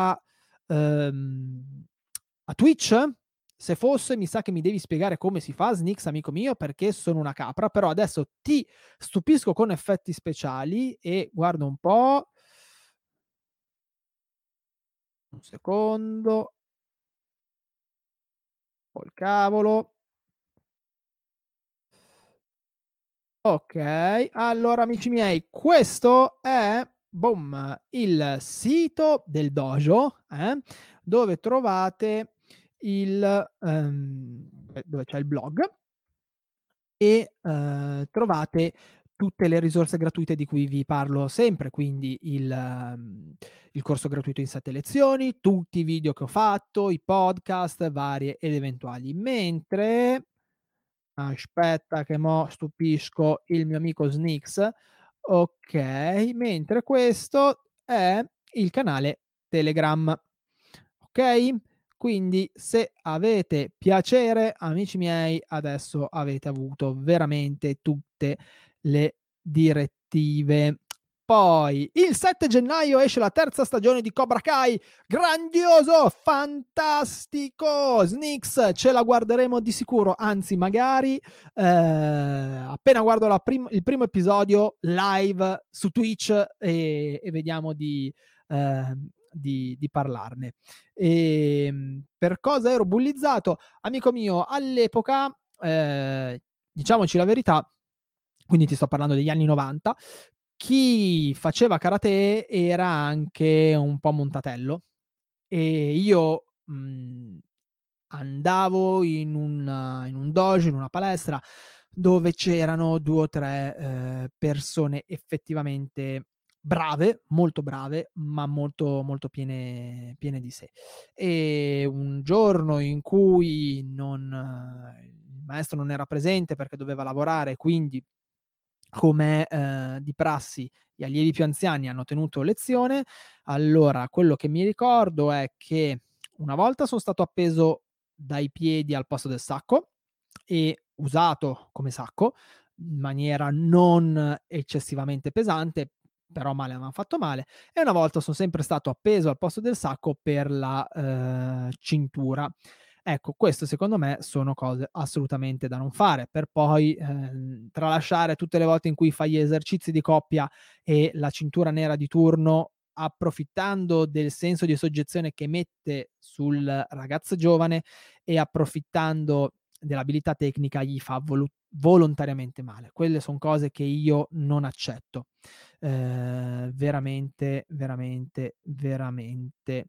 a Twitch? Se fosse, mi sa che mi devi spiegare come si fa, Snix, amico mio, perché sono una capra, però adesso ti stupisco con effetti speciali e guarda un po', un secondo, col cavolo. Okay, allora amici miei, questo è boom, il sito del dojo, dove trovate dove c'è il blog e, trovate tutte le risorse gratuite di cui vi parlo sempre, quindi il corso gratuito in 7 lezioni, tutti i video che ho fatto, i podcast varie ed eventuali. Mentre aspetta che mo' stupisco il mio amico Snix. Okay, mentre questo è il canale Telegram. Okay? Quindi se avete piacere, amici miei, adesso avete avuto veramente tutte le direttive. Poi il 7 gennaio esce la terza stagione di Cobra Kai, grandioso, fantastico, Snix, ce la guarderemo di sicuro, anzi magari appena guardo il primo episodio live su Twitch e vediamo di parlarne. Per cosa ero bullizzato? Amico mio, all'epoca, diciamoci la verità, quindi ti sto parlando degli anni '90, chi faceva karate era anche un po' montatello e io, andavo in un dojo, in una palestra dove c'erano 2 o 3, persone effettivamente brave, molto brave, ma molto, molto piene di sé. E un giorno in cui il maestro non era presente perché doveva lavorare, quindi come di prassi gli allievi più anziani hanno tenuto lezione, allora quello che mi ricordo è che una volta son stato appeso dai piedi al posto del sacco e usato come sacco, in maniera non eccessivamente pesante, però male m'han fatto male, e una volta son sempre stato appeso al posto del sacco per la, cintura. Ecco, questo secondo me sono cose assolutamente da non fare, per poi, tralasciare tutte le volte in cui fai gli esercizi di coppia e la cintura nera di turno, approfittando del senso di soggezione che mette sul ragazzo giovane e approfittando dell'abilità tecnica gli fa volontariamente male. Quelle son cose che io non accetto. Veramente, veramente, veramente.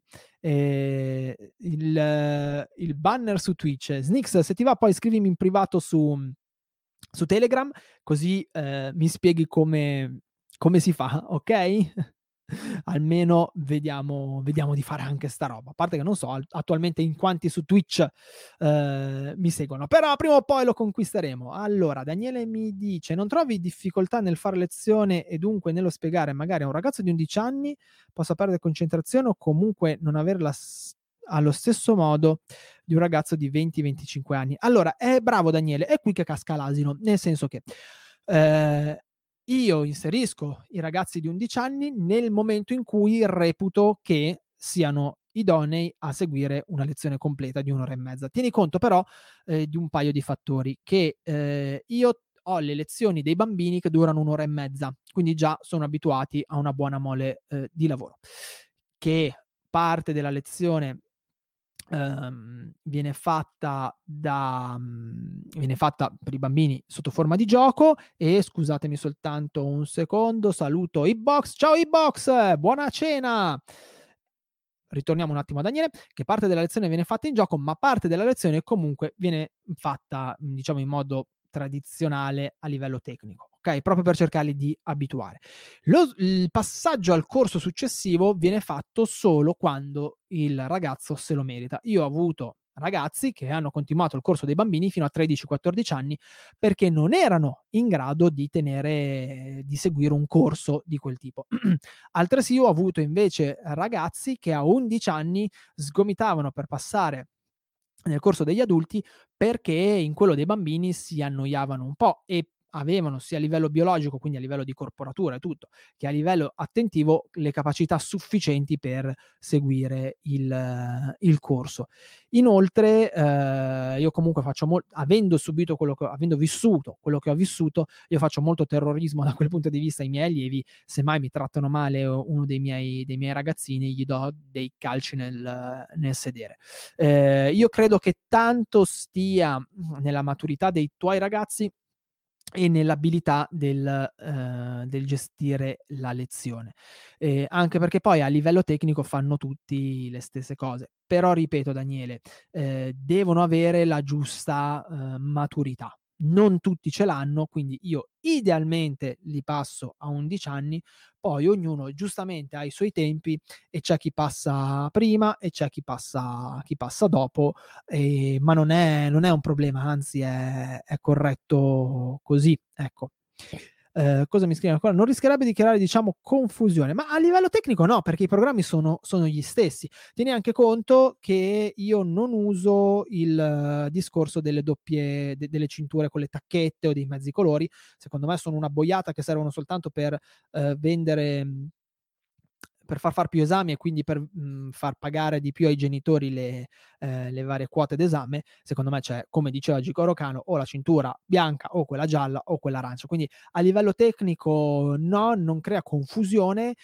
Il banner su Twitch. Snix, se ti va poi scrivimi in privato su Telegram, così, mi spieghi come si fa, okay? Almeno vediamo di fare anche 'sta roba. A parte che non so attualmente in quanti su Twitch, mi seguono, però prima o poi lo conquisteremo. Allora, Daniele mi dice: "Non trovi difficoltà nel fare lezione e dunque nello spiegare magari a un ragazzo di 11 anni possa perdere concentrazione o comunque non averla allo stesso modo di un ragazzo di 20, 25 anni?" Allora, bravo Daniele, è qui che casca l'asino, nel senso che, ehm io inserisco i ragazzi di 11 anni nel momento in cui reputo che siano idonei a seguire una lezione completa di 1 ora e mezza. Tieni conto però, di un paio di fattori, che, io ho le lezioni dei bambini che durano 1 ora e mezza, quindi già sono abituati a una buona mole, di lavoro. Che parte della lezione viene fatta per i bambini sotto forma di gioco e scusatemi soltanto un secondo, saluto Hitbox. Ciao Hitbox, buona cena! Ritorniamo un attimo a Daniele, che parte della lezione viene fatta in gioco, ma parte della lezione comunque viene fatta, diciamo in modo tradizionale a livello tecnico, okay, proprio per cercarli di abituare. Il passaggio al corso successivo viene fatto solo quando il ragazzo se lo merita. Io ho avuto ragazzi che hanno continuato il corso dei bambini fino a 13-14 anni perché non erano in grado di seguire un corso di quel tipo. Altresì ho avuto invece ragazzi che a 11 anni sgomitavano per passare nel corso degli adulti perché in quello dei bambini si annoiavano un po' e avevano sia a livello biologico, quindi a livello di corporatura e tutto, che a livello attentivo le capacità sufficienti per seguire il corso. Inoltre, io comunque avendo vissuto quello che ho vissuto, io faccio molto terrorismo da quel punto di vista ai miei allievi, se mai mi trattano male uno dei miei ragazzini, gli do dei calci nel sedere. Io credo che tanto stia nella maturità dei tuoi ragazzi e nell'abilità del gestire la lezione. Anche perché poi a livello tecnico fanno tutti le stesse cose. Però ripeto Daniele, devono avere la giusta, maturità. Non tutti ce l'hanno, quindi io idealmente li passo a 11 anni, poi ognuno giustamente ha i suoi tempi e c'è chi passa prima e c'è chi passa dopo, ma non è un problema, anzi è corretto così, ecco. Cosa mi scrive ancora? Non rischierebbe di creare, diciamo, confusione, ma a livello tecnico no, perché i programmi sono gli stessi. Tieni anche conto che io non uso il discorso delle delle cinture con le tacchette o dei mezzi colori. Secondo me sono una boiata che servono soltanto per vendere, per far più esami e quindi per far pagare di più ai genitori le varie quote d'esame. Secondo me c'è, come diceva Gigoro Kano, o la cintura bianca o quella gialla o quella arancia. Quindi a livello tecnico no, non crea confusione.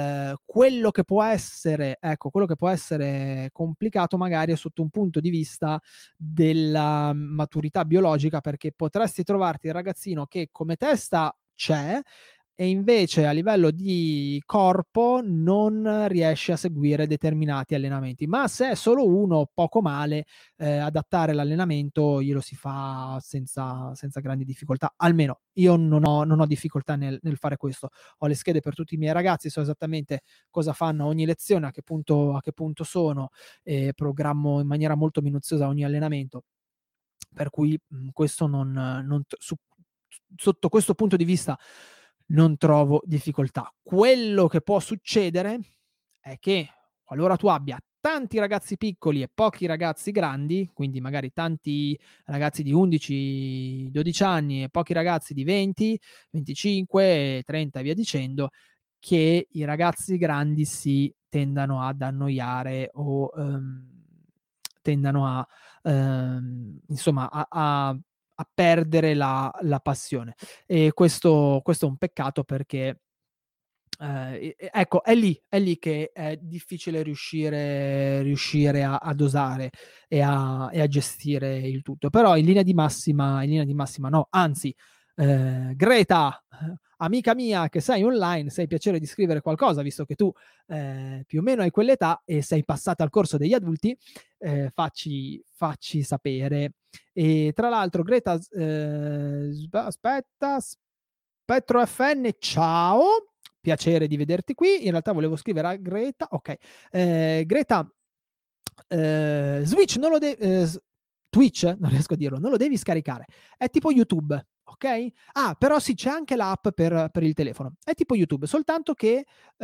Quello che può essere complicato magari è sotto un punto di vista della maturità biologica, perché potresti trovarti il ragazzino che come testa c'è e invece a livello di corpo non riesce a seguire determinati allenamenti. Ma se è solo uno, poco male, adattare l'allenamento glielo si fa senza grandi difficoltà. Almeno io non ho difficoltà nel fare questo. Ho le schede per tutti i miei ragazzi, so esattamente cosa fanno a ogni lezione, a che punto sono, e programmo in maniera molto minuziosa ogni allenamento. Per cui questo non t su sotto questo punto di vista non trovo difficoltà. Quello che può succedere è che qualora tu abbia tanti ragazzi piccoli e pochi ragazzi grandi, quindi magari tanti ragazzi di 11, 12 anni e pochi ragazzi di 20, 25, 30 e via dicendo, che i ragazzi grandi si tendano ad annoiare o tendano insomma a perdere la passione. E questo è un peccato perché ecco, è lì che è difficile riuscire a dosare e a gestire il tutto. Però in linea di massima no, anzi, Greta, amica mia che sei online, se hai piacere di scrivere qualcosa, visto che tu, più o meno hai quell'età e sei passata al corso degli adulti, facci sapere. E tra l'altro Greta, aspetta, Spettro FN, ciao, piacere di vederti qui. In realtà volevo scrivere a Greta, ok. Greta, Switch non lo Twitch, non riesco a dirlo, non lo devi scaricare. È tipo YouTube, ok? Ah, però sì, c'è anche l'app per il telefono. È tipo YouTube, soltanto che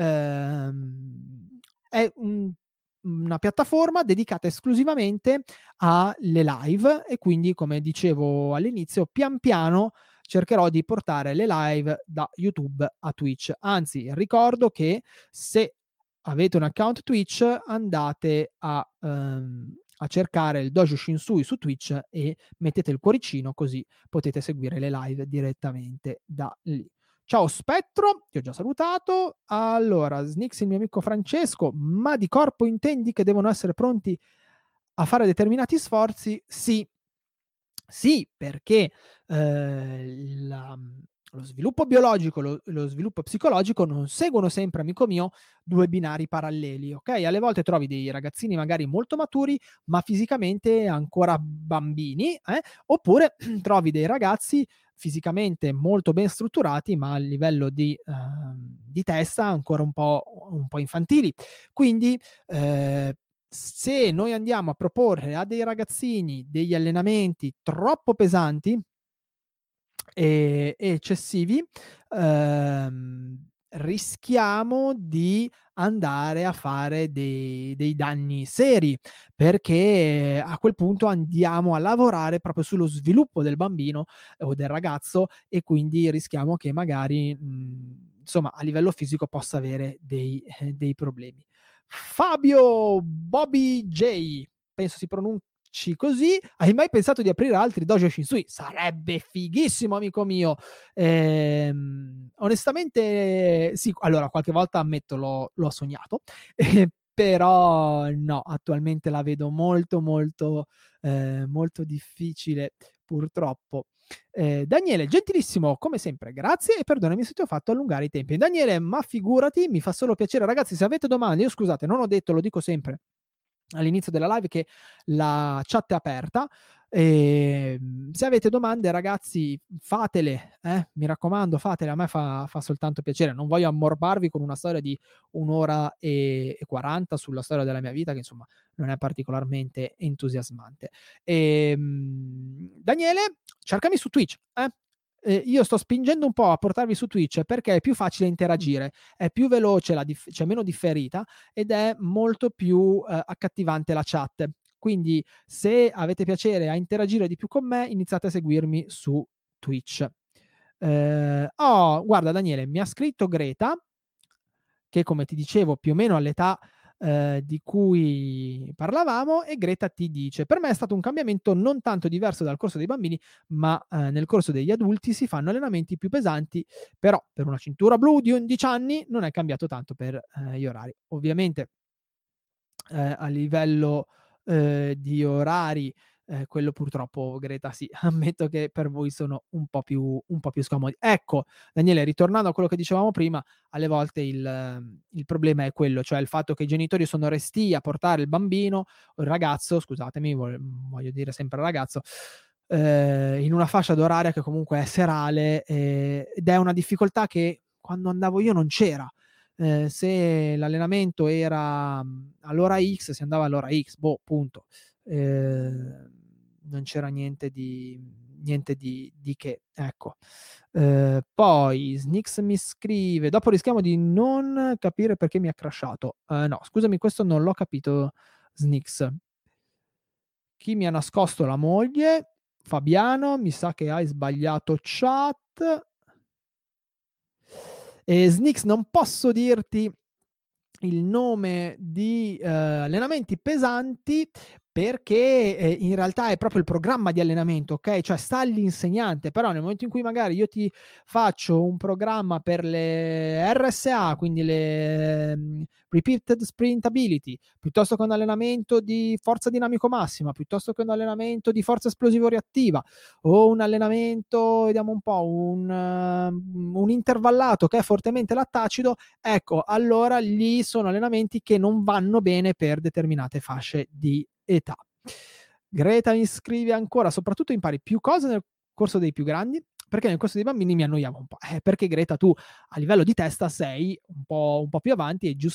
è una piattaforma dedicata esclusivamente alle live e quindi, come dicevo all'inizio, pian piano cercherò di portare le live da YouTube a Twitch. Anzi, ricordo che se avete un account Twitch andate a cercare il Dojo Shinsui su Twitch e mettete il cuoricino, così potete seguire le live direttamente da lì. Ciao Spettro, ti ho già salutato. Allora, Snix, il mio amico Francesco, ma di corpo intendi che devono essere pronti a fare determinati sforzi? Sì, sì, perché lo sviluppo biologico e lo sviluppo psicologico non seguono sempre, amico mio, due binari paralleli, ok? Alle volte trovi dei ragazzini magari molto maturi, ma fisicamente ancora bambini, oppure trovi dei ragazzi fisicamente molto ben strutturati, ma a livello di testa ancora un po' infantili. Quindi se noi andiamo a proporre a dei ragazzini degli allenamenti troppo pesanti e eccessivi, rischiamo di andare a fare dei danni seri, perché a quel punto andiamo a lavorare proprio sullo sviluppo del bambino o del ragazzo e quindi rischiamo che magari, insomma, a livello fisico possa avere dei problemi. Fabio Bobby J, penso si pronunci così. Hai mai pensato di aprire altri dojo Shinsui? Sarebbe fighissimo, amico mio. Onestamente sì, allora qualche volta ammetto l'ho sognato, però no, attualmente la vedo molto, molto, molto difficile purtroppo. Daniele, gentilissimo, come sempre, grazie e perdonami se ti ho fatto allungare i tempi. Daniele, ma figurati, mi fa solo piacere. Ragazzi, se avete domande, io scusate, non ho detto, lo dico sempre all'inizio della live, che la chat è aperta. Se avete domande, ragazzi, fatele, mi raccomando, fatele, a me fa soltanto piacere. Non voglio ammorbarvi con una storia di 1 ora e 40 sulla storia della mia vita, che insomma non è particolarmente entusiasmante. Daniele, cercami su Twitch, io sto spingendo un po' a portarvi su Twitch perché è più facile interagire, è più veloce, c'è meno differita ed è molto più accattivante la chat. Quindi se avete piacere a interagire di più con me, iniziate a seguirmi su Twitch. Guarda Daniele, mi ha scritto Greta, che come ti dicevo più o meno all'età di cui parlavamo, e Greta ti dice: per me è stato un cambiamento non tanto diverso dal corso dei bambini, ma nel corso degli adulti si fanno allenamenti più pesanti, però per una cintura blu di 11 anni non è cambiato tanto per gli orari. Ovviamente a livello di orari, quello purtroppo Greta sì, ammetto che per voi sono un po' più scomodi. Ecco, Daniele, ritornando a quello che dicevamo prima, alle volte il problema è quello, cioè il fatto che i genitori sono restii a portare il bambino o il ragazzo, scusatemi, voglio dire sempre ragazzo, in una fascia d'oraria che comunque è serale, ed è una difficoltà che quando andavo io non c'era. Se l'allenamento era all'ora X, si andava all'ora X, boh, punto. Non c'era niente di che, ecco. Poi Snix mi scrive: dopo rischiamo di non capire perché mi ha crashato. No, scusami, questo non l'ho capito, Snix. Chi mi ha nascosto la moglie? Fabiano, mi sa che hai sbagliato chat. Snix, non posso dirti il nome di allenamenti pesanti perché in realtà è proprio il programma di allenamento, ok? Cioè sta all'insegnante, però nel momento in cui magari io ti faccio un programma per le RSA, quindi le Repeated Sprint Ability, piuttosto che un allenamento di forza dinamico massima, piuttosto che un allenamento di forza esplosivo reattiva, o un allenamento, vediamo un po', un intervallato che è fortemente lattacido, ecco, allora lì sono allenamenti che non vanno bene per determinate fasce di età. Greta mi scrive ancora: soprattutto impari più cose nel corso dei più grandi, perché nel corso dei bambini mi annoiavo un po'. Perché Greta, tu a livello di testa sei un po' più avanti e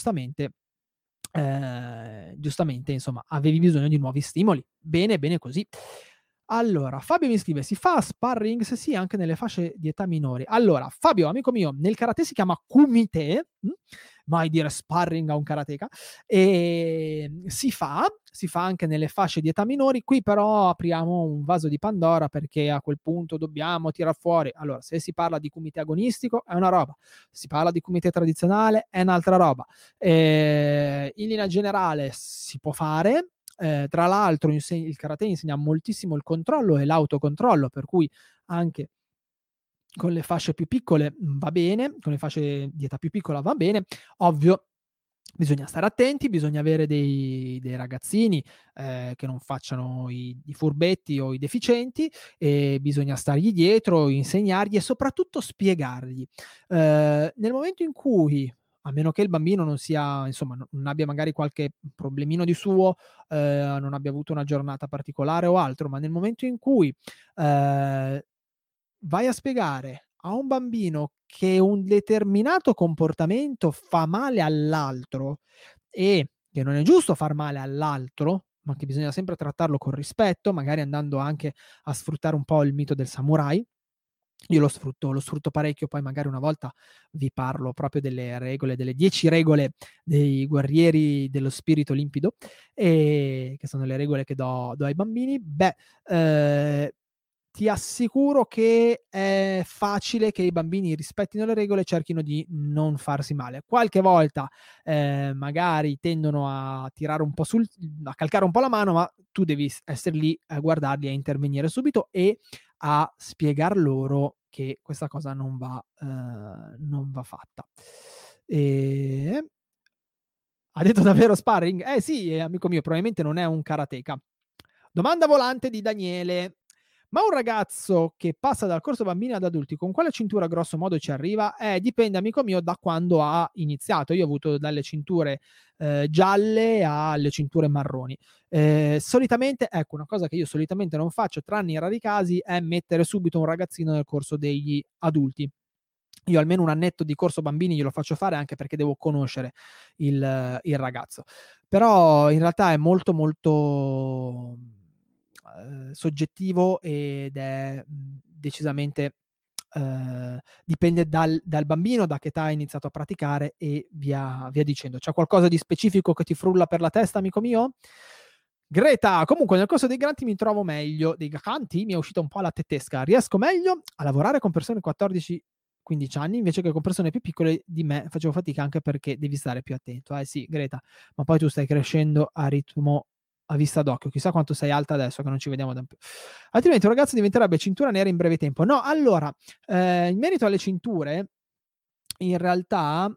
giustamente, insomma, avevi bisogno di nuovi stimoli. Bene, bene così. Allora, Fabio mi scrive: si fa sparring? Se sì, anche nelle fasce di età minori. Allora, Fabio, amico mio, nel karate si chiama kumite, mai dire sparring a un karateka, e si fa anche nelle fasce di età minori. Qui però apriamo un vaso di Pandora, perché a quel punto dobbiamo tirar fuori. Allora, se si parla di kumite agonistico è una roba, se si parla di kumite tradizionale è un'altra roba. In linea generale si può fare. Tra l'altro il karate insegna moltissimo il controllo e l'autocontrollo, per cui anche con le fasce più piccole va bene, con le fasce di età più piccola va bene. Ovvio, bisogna stare attenti, bisogna avere dei ragazzini che non facciano i furbetti o i deficienti, e bisogna stargli dietro, insegnargli e soprattutto spiegargli. Nel momento in cui, a meno che il bambino non sia, insomma, non abbia magari qualche problemino di suo, non abbia avuto una giornata particolare o altro, ma nel momento in cui vai a spiegare a un bambino che un determinato comportamento fa male all'altro, e che non è giusto far male all'altro, ma che bisogna sempre trattarlo con rispetto, magari andando anche a sfruttare un po' il mito del samurai. Io lo sfrutto parecchio, poi magari una volta vi parlo proprio delle regole, delle 10 regole dei guerrieri dello spirito limpido, che sono le regole che do ai bambini. Beh, ti assicuro che è facile che i bambini rispettino le regole e cerchino di non farsi male. Qualche volta magari tendono a tirare un po' a calcare un po' la mano, ma tu devi essere lì a guardarli, a intervenire subito e a spiegar loro che questa cosa non va fatta. Ha detto davvero sparring? Sì, amico mio, probabilmente non è un karateka. Domanda volante di Daniele: Ma un ragazzo che passa dal corso bambini ad adulti, con quale cintura grosso modo ci arriva? Dipende, amico mio, da quando ha iniziato. Io ho avuto dalle cinture gialle alle cinture marroni. Solitamente, ecco, una cosa che io solitamente non faccio, tranne in rari casi, è mettere subito un ragazzino nel corso degli adulti. Io almeno un annetto di corso bambini glielo faccio fare, anche perché devo conoscere il ragazzo. Però in realtà è molto, molto soggettivo, ed è decisamente dipende dal bambino, da che età ha iniziato a praticare e via dicendo. C'è qualcosa di specifico che ti frulla per la testa, amico mio? Greta, comunque nel corso dei granti mi trovo meglio, dei canti mi è uscita un po' la tedesca, riesco meglio a lavorare con persone 14-15 anni invece che con persone più piccole di me, facevo fatica anche perché devi stare più attento. Sì, Greta, ma poi tu stai crescendo a ritmo a vista d'occhio, chissà quanto sei alta adesso che non ci vediamo da più. Altrimenti un ragazzo diventerebbe cintura nera in breve tempo. No, allora, in merito alle cinture, in realtà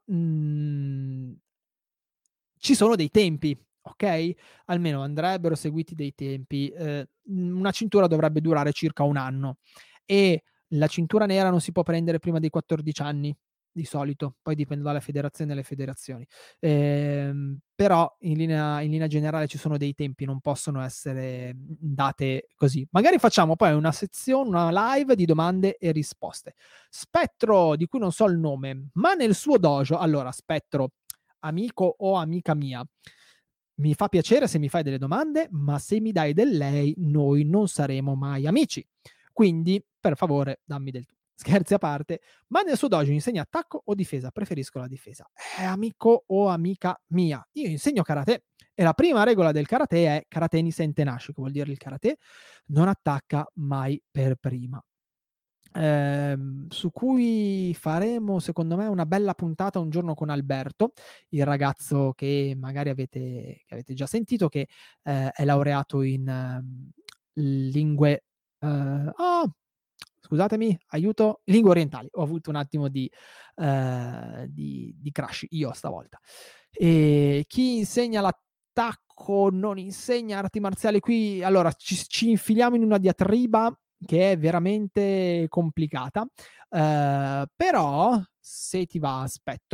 ci sono dei tempi, okay, almeno andrebbero seguiti dei tempi. Una cintura dovrebbe durare circa 1 anno, e la cintura nera non si può prendere prima dei 14 anni di solito, poi dipende dalle federazioni alle federazioni. Però in linea generale ci sono dei tempi, non possono essere date così. Magari facciamo poi una live di domande e risposte. Spettro, di cui non so il nome, ma nel suo dojo, allora Spettro, amico o amica mia, mi fa piacere se mi fai delle domande, ma se mi dai del lei, noi non saremo mai amici. Quindi, per favore, dammi del tu. Scherzi a parte, ma nel suo dojo insegna attacco o difesa? Preferisco la difesa. Amico o amica mia, io insegno karate e la prima regola del karate è karate ni sentenashi, che vuol dire il karate non attacca mai per prima. Su cui faremo secondo me una bella puntata un giorno con Alberto, il ragazzo che avete già sentito, che è laureato in lingue scusatemi, aiuto, lingue orientali. Ho avuto un attimo di crash io stavolta. Chi insegna l'attacco non insegna arti marziali. Qui allora ci infiliamo in una diatriba che è veramente complicata, però se ti va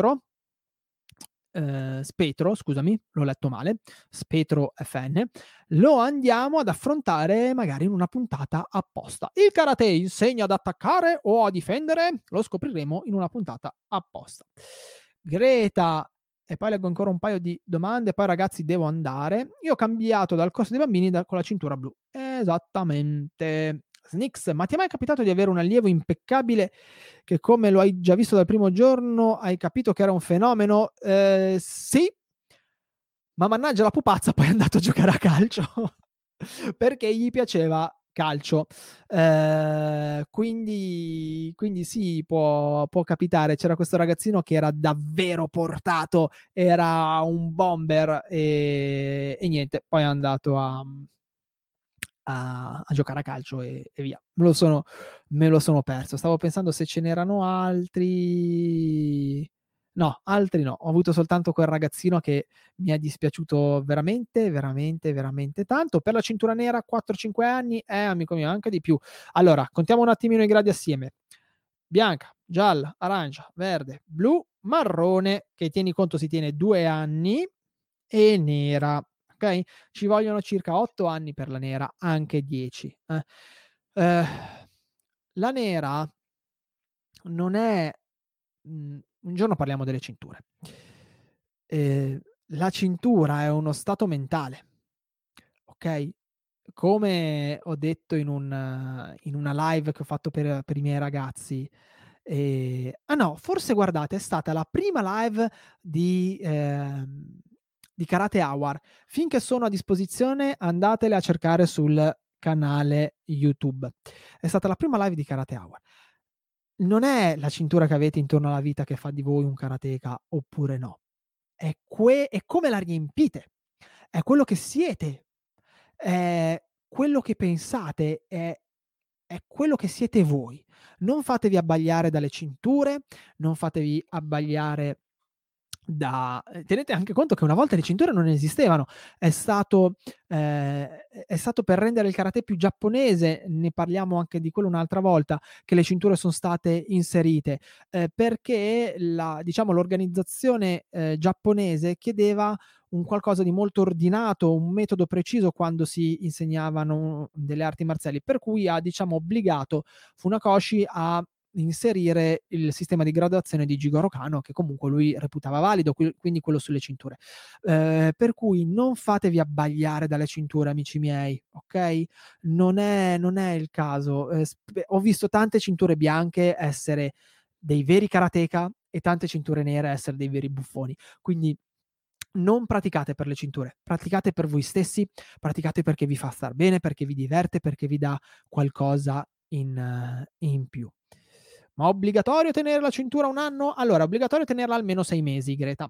Spetro, scusami, l'ho letto male, Spetro FN, lo andiamo ad affrontare magari in una puntata apposta. Il karate insegna ad attaccare o a difendere? Lo scopriremo in una puntata apposta. Greta, e poi leggo ancora un paio di domande, poi ragazzi devo andare. Io ho cambiato dal corso dei bambini con la cintura blu. Esattamente. Snix, ma ti è mai capitato di avere un allievo impeccabile che, come lo hai già visto dal primo giorno, hai capito che era un fenomeno? Sì, ma mannaggia la pupazza, poi è andato a giocare a calcio perché gli piaceva calcio. Quindi sì, può capitare. C'era questo ragazzino che era davvero portato, era un bomber, e niente, poi è andato a giocare a calcio e via. Me lo sono perso. Stavo pensando se ce n'erano altri. No, altri no. Ho avuto soltanto quel ragazzino che mi è dispiaciuto veramente, veramente, veramente tanto. Per la cintura nera 4-5 anni, amico mio, anche di più. Allora, contiamo un attimino i gradi assieme. Bianca, gialla, arancia, verde, blu, marrone, che tieni conto si tiene 2 anni, e nera. Okay? Ci vogliono circa 8 anni per la nera, anche 10. Ehm, la nera non è un giorno parliamo delle cinture. La cintura è uno stato mentale, okay? Come ho detto in una live che ho fatto per i miei ragazzi, no, forse guardate, è stata la prima live di Karate Hour. Finché sono a disposizione andatele a cercare sul canale YouTube. È stata la prima live di Karate Hour. Non è la cintura che avete intorno alla vita che fa di voi un karateka oppure no, è come la riempite, è quello che siete, è quello che pensate, è quello che siete voi. Non fatevi abbagliare dalle cinture, non fatevi abbagliare tenete anche conto che una volta le cinture non esistevano, è stato per rendere il karate più giapponese, ne parliamo anche di quello un'altra volta, che le cinture son state inserite, perché diciamo l'organizzazione, giapponese chiedeva un qualcosa di molto ordinato, un metodo preciso quando si insegnavano delle arti marziali, per cui ha diciamo obbligato Funakoshi a inserire il sistema di graduazione di Jigoro Kano, che comunque lui reputava valido, quindi quello sulle cinture. Per cui non fatevi abbagliare dalle cinture, amici miei, ok? Non è il caso. Ho visto tante cinture bianche essere dei veri karateka e tante cinture nere essere dei veri buffoni. Quindi non praticate per le cinture, praticate per voi stessi, praticate perché vi fa star bene, perché vi diverte, perché vi dà qualcosa in più. Ma obbligatorio tenere la cintura 1 anno? Allora, è obbligatorio tenerla almeno 6 mesi, Greta.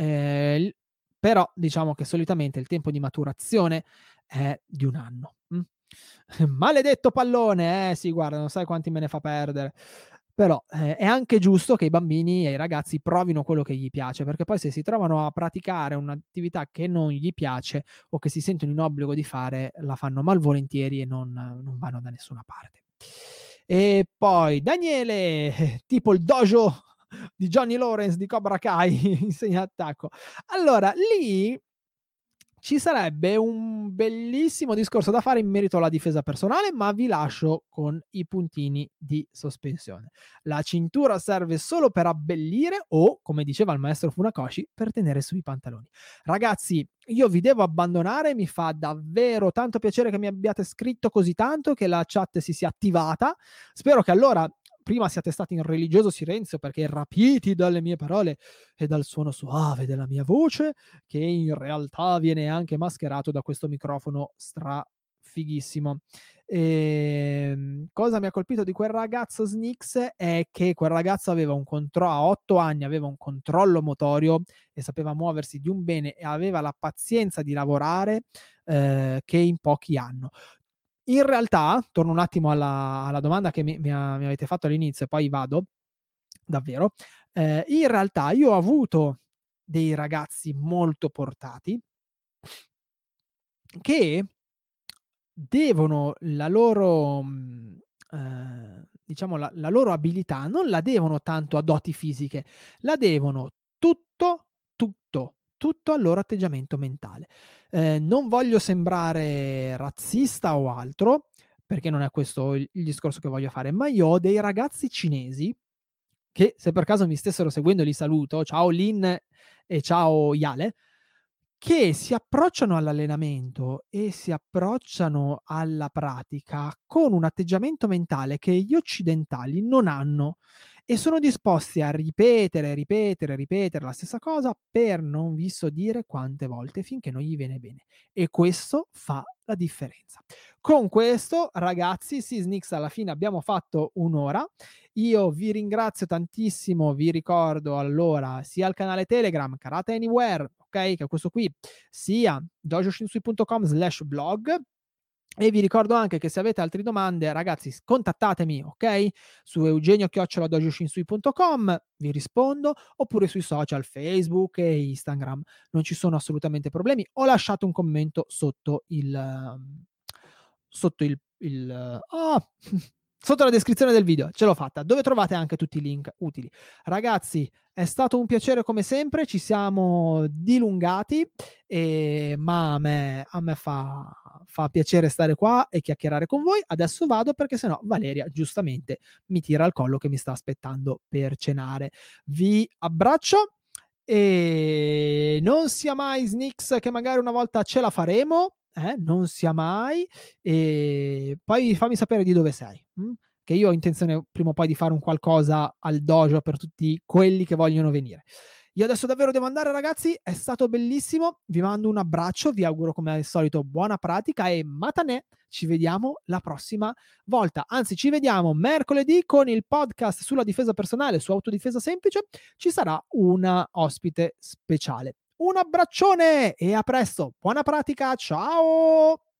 Il Però diciamo che solitamente il tempo di maturazione è di 1 anno. Maledetto pallone, sì guarda, non sai quanti me ne fa perdere. Però, è anche giusto che i bambini e i ragazzi provino quello che gli piace, perché poi se si trovano a praticare un'attività che non gli piace o che si sentono in obbligo di fare, la fanno malvolentieri e non vanno da nessuna parte. E poi Daniele, tipo il dojo di Johnny Lawrence di Cobra Kai, insegna attacco. Allora, lì ci sarebbe un bellissimo discorso da fare in merito alla difesa personale, ma vi lascio con i puntini di sospensione. La cintura serve solo per abbellire o, come diceva il maestro Funakoshi, per tenere sui pantaloni. Ragazzi, io vi devo abbandonare, mi fa davvero tanto piacere che mi abbiate scritto così tanto, che la chat si sia attivata. Spero che allora prima siate stati in religioso silenzio perché rapiti dalle mie parole e dal suono suave della mia voce, che in realtà viene anche mascherato da questo microfono strafighissimo. Cosa mi ha colpito di quel ragazzo Snix è che quel ragazzo a 8 anni aveva un controllo motorio e sapeva muoversi di un bene e aveva la pazienza di lavorare che in pochi hanno. In realtà, torno un attimo alla domanda che mi avete fatto all'inizio e poi vado, davvero. In realtà io ho avuto dei ragazzi molto portati che devono la loro diciamo la loro abilità non la devono tanto a doti fisiche, la devono tutto al loro atteggiamento mentale. Non voglio sembrare razzista o altro, perché non è questo il discorso che voglio fare, ma io ho dei ragazzi cinesi che se per caso mi stessero seguendo li saluto, ciao Lin e ciao Yale, che si approcciano all'allenamento e si approcciano alla pratica con un atteggiamento mentale che gli occidentali non hanno e sono disposti a ripetere la stessa cosa per non vi so dire quante volte finché non gli viene bene. E questo fa la differenza. Con questo, ragazzi, Sisnix alla fine abbiamo fatto 1 ora. Io vi ringrazio tantissimo, vi ricordo allora sia il canale Telegram Karate Anywhere, ok, che è questo qui, sia dojoshinsui.com/blog e vi ricordo anche che se avete altre domande, ragazzi, contattatemi, ok? Su eugenio@dojoshinsui.com, vi rispondo, oppure sui social Facebook e Instagram. Non ci sono assolutamente problemi. Ho lasciato un commento sotto sotto la descrizione del video, ce l'ho fatta, dove trovate anche tutti i link utili. Ragazzi, è stato un piacere come sempre, ci siamo dilungati, ma a me fa piacere stare qua e chiacchierare con voi. Adesso vado perché sennò Valeria giustamente mi tira al collo che mi sta aspettando per cenare. Vi abbraccio e non sia mai Snix che magari una volta ce la faremo, non sia mai. E poi fammi sapere di dove sei, che io ho intenzione prima o poi di fare un qualcosa al dojo per tutti quelli che vogliono venire. Io adesso davvero devo andare ragazzi, è stato bellissimo, vi mando un abbraccio, vi auguro come al solito buona pratica e matanè, ci vediamo la prossima volta. Anzi, ci vediamo mercoledì con il podcast sulla difesa personale, su autodifesa semplice, ci sarà una ospite speciale. Un abbraccione e a presto, buona pratica, ciao!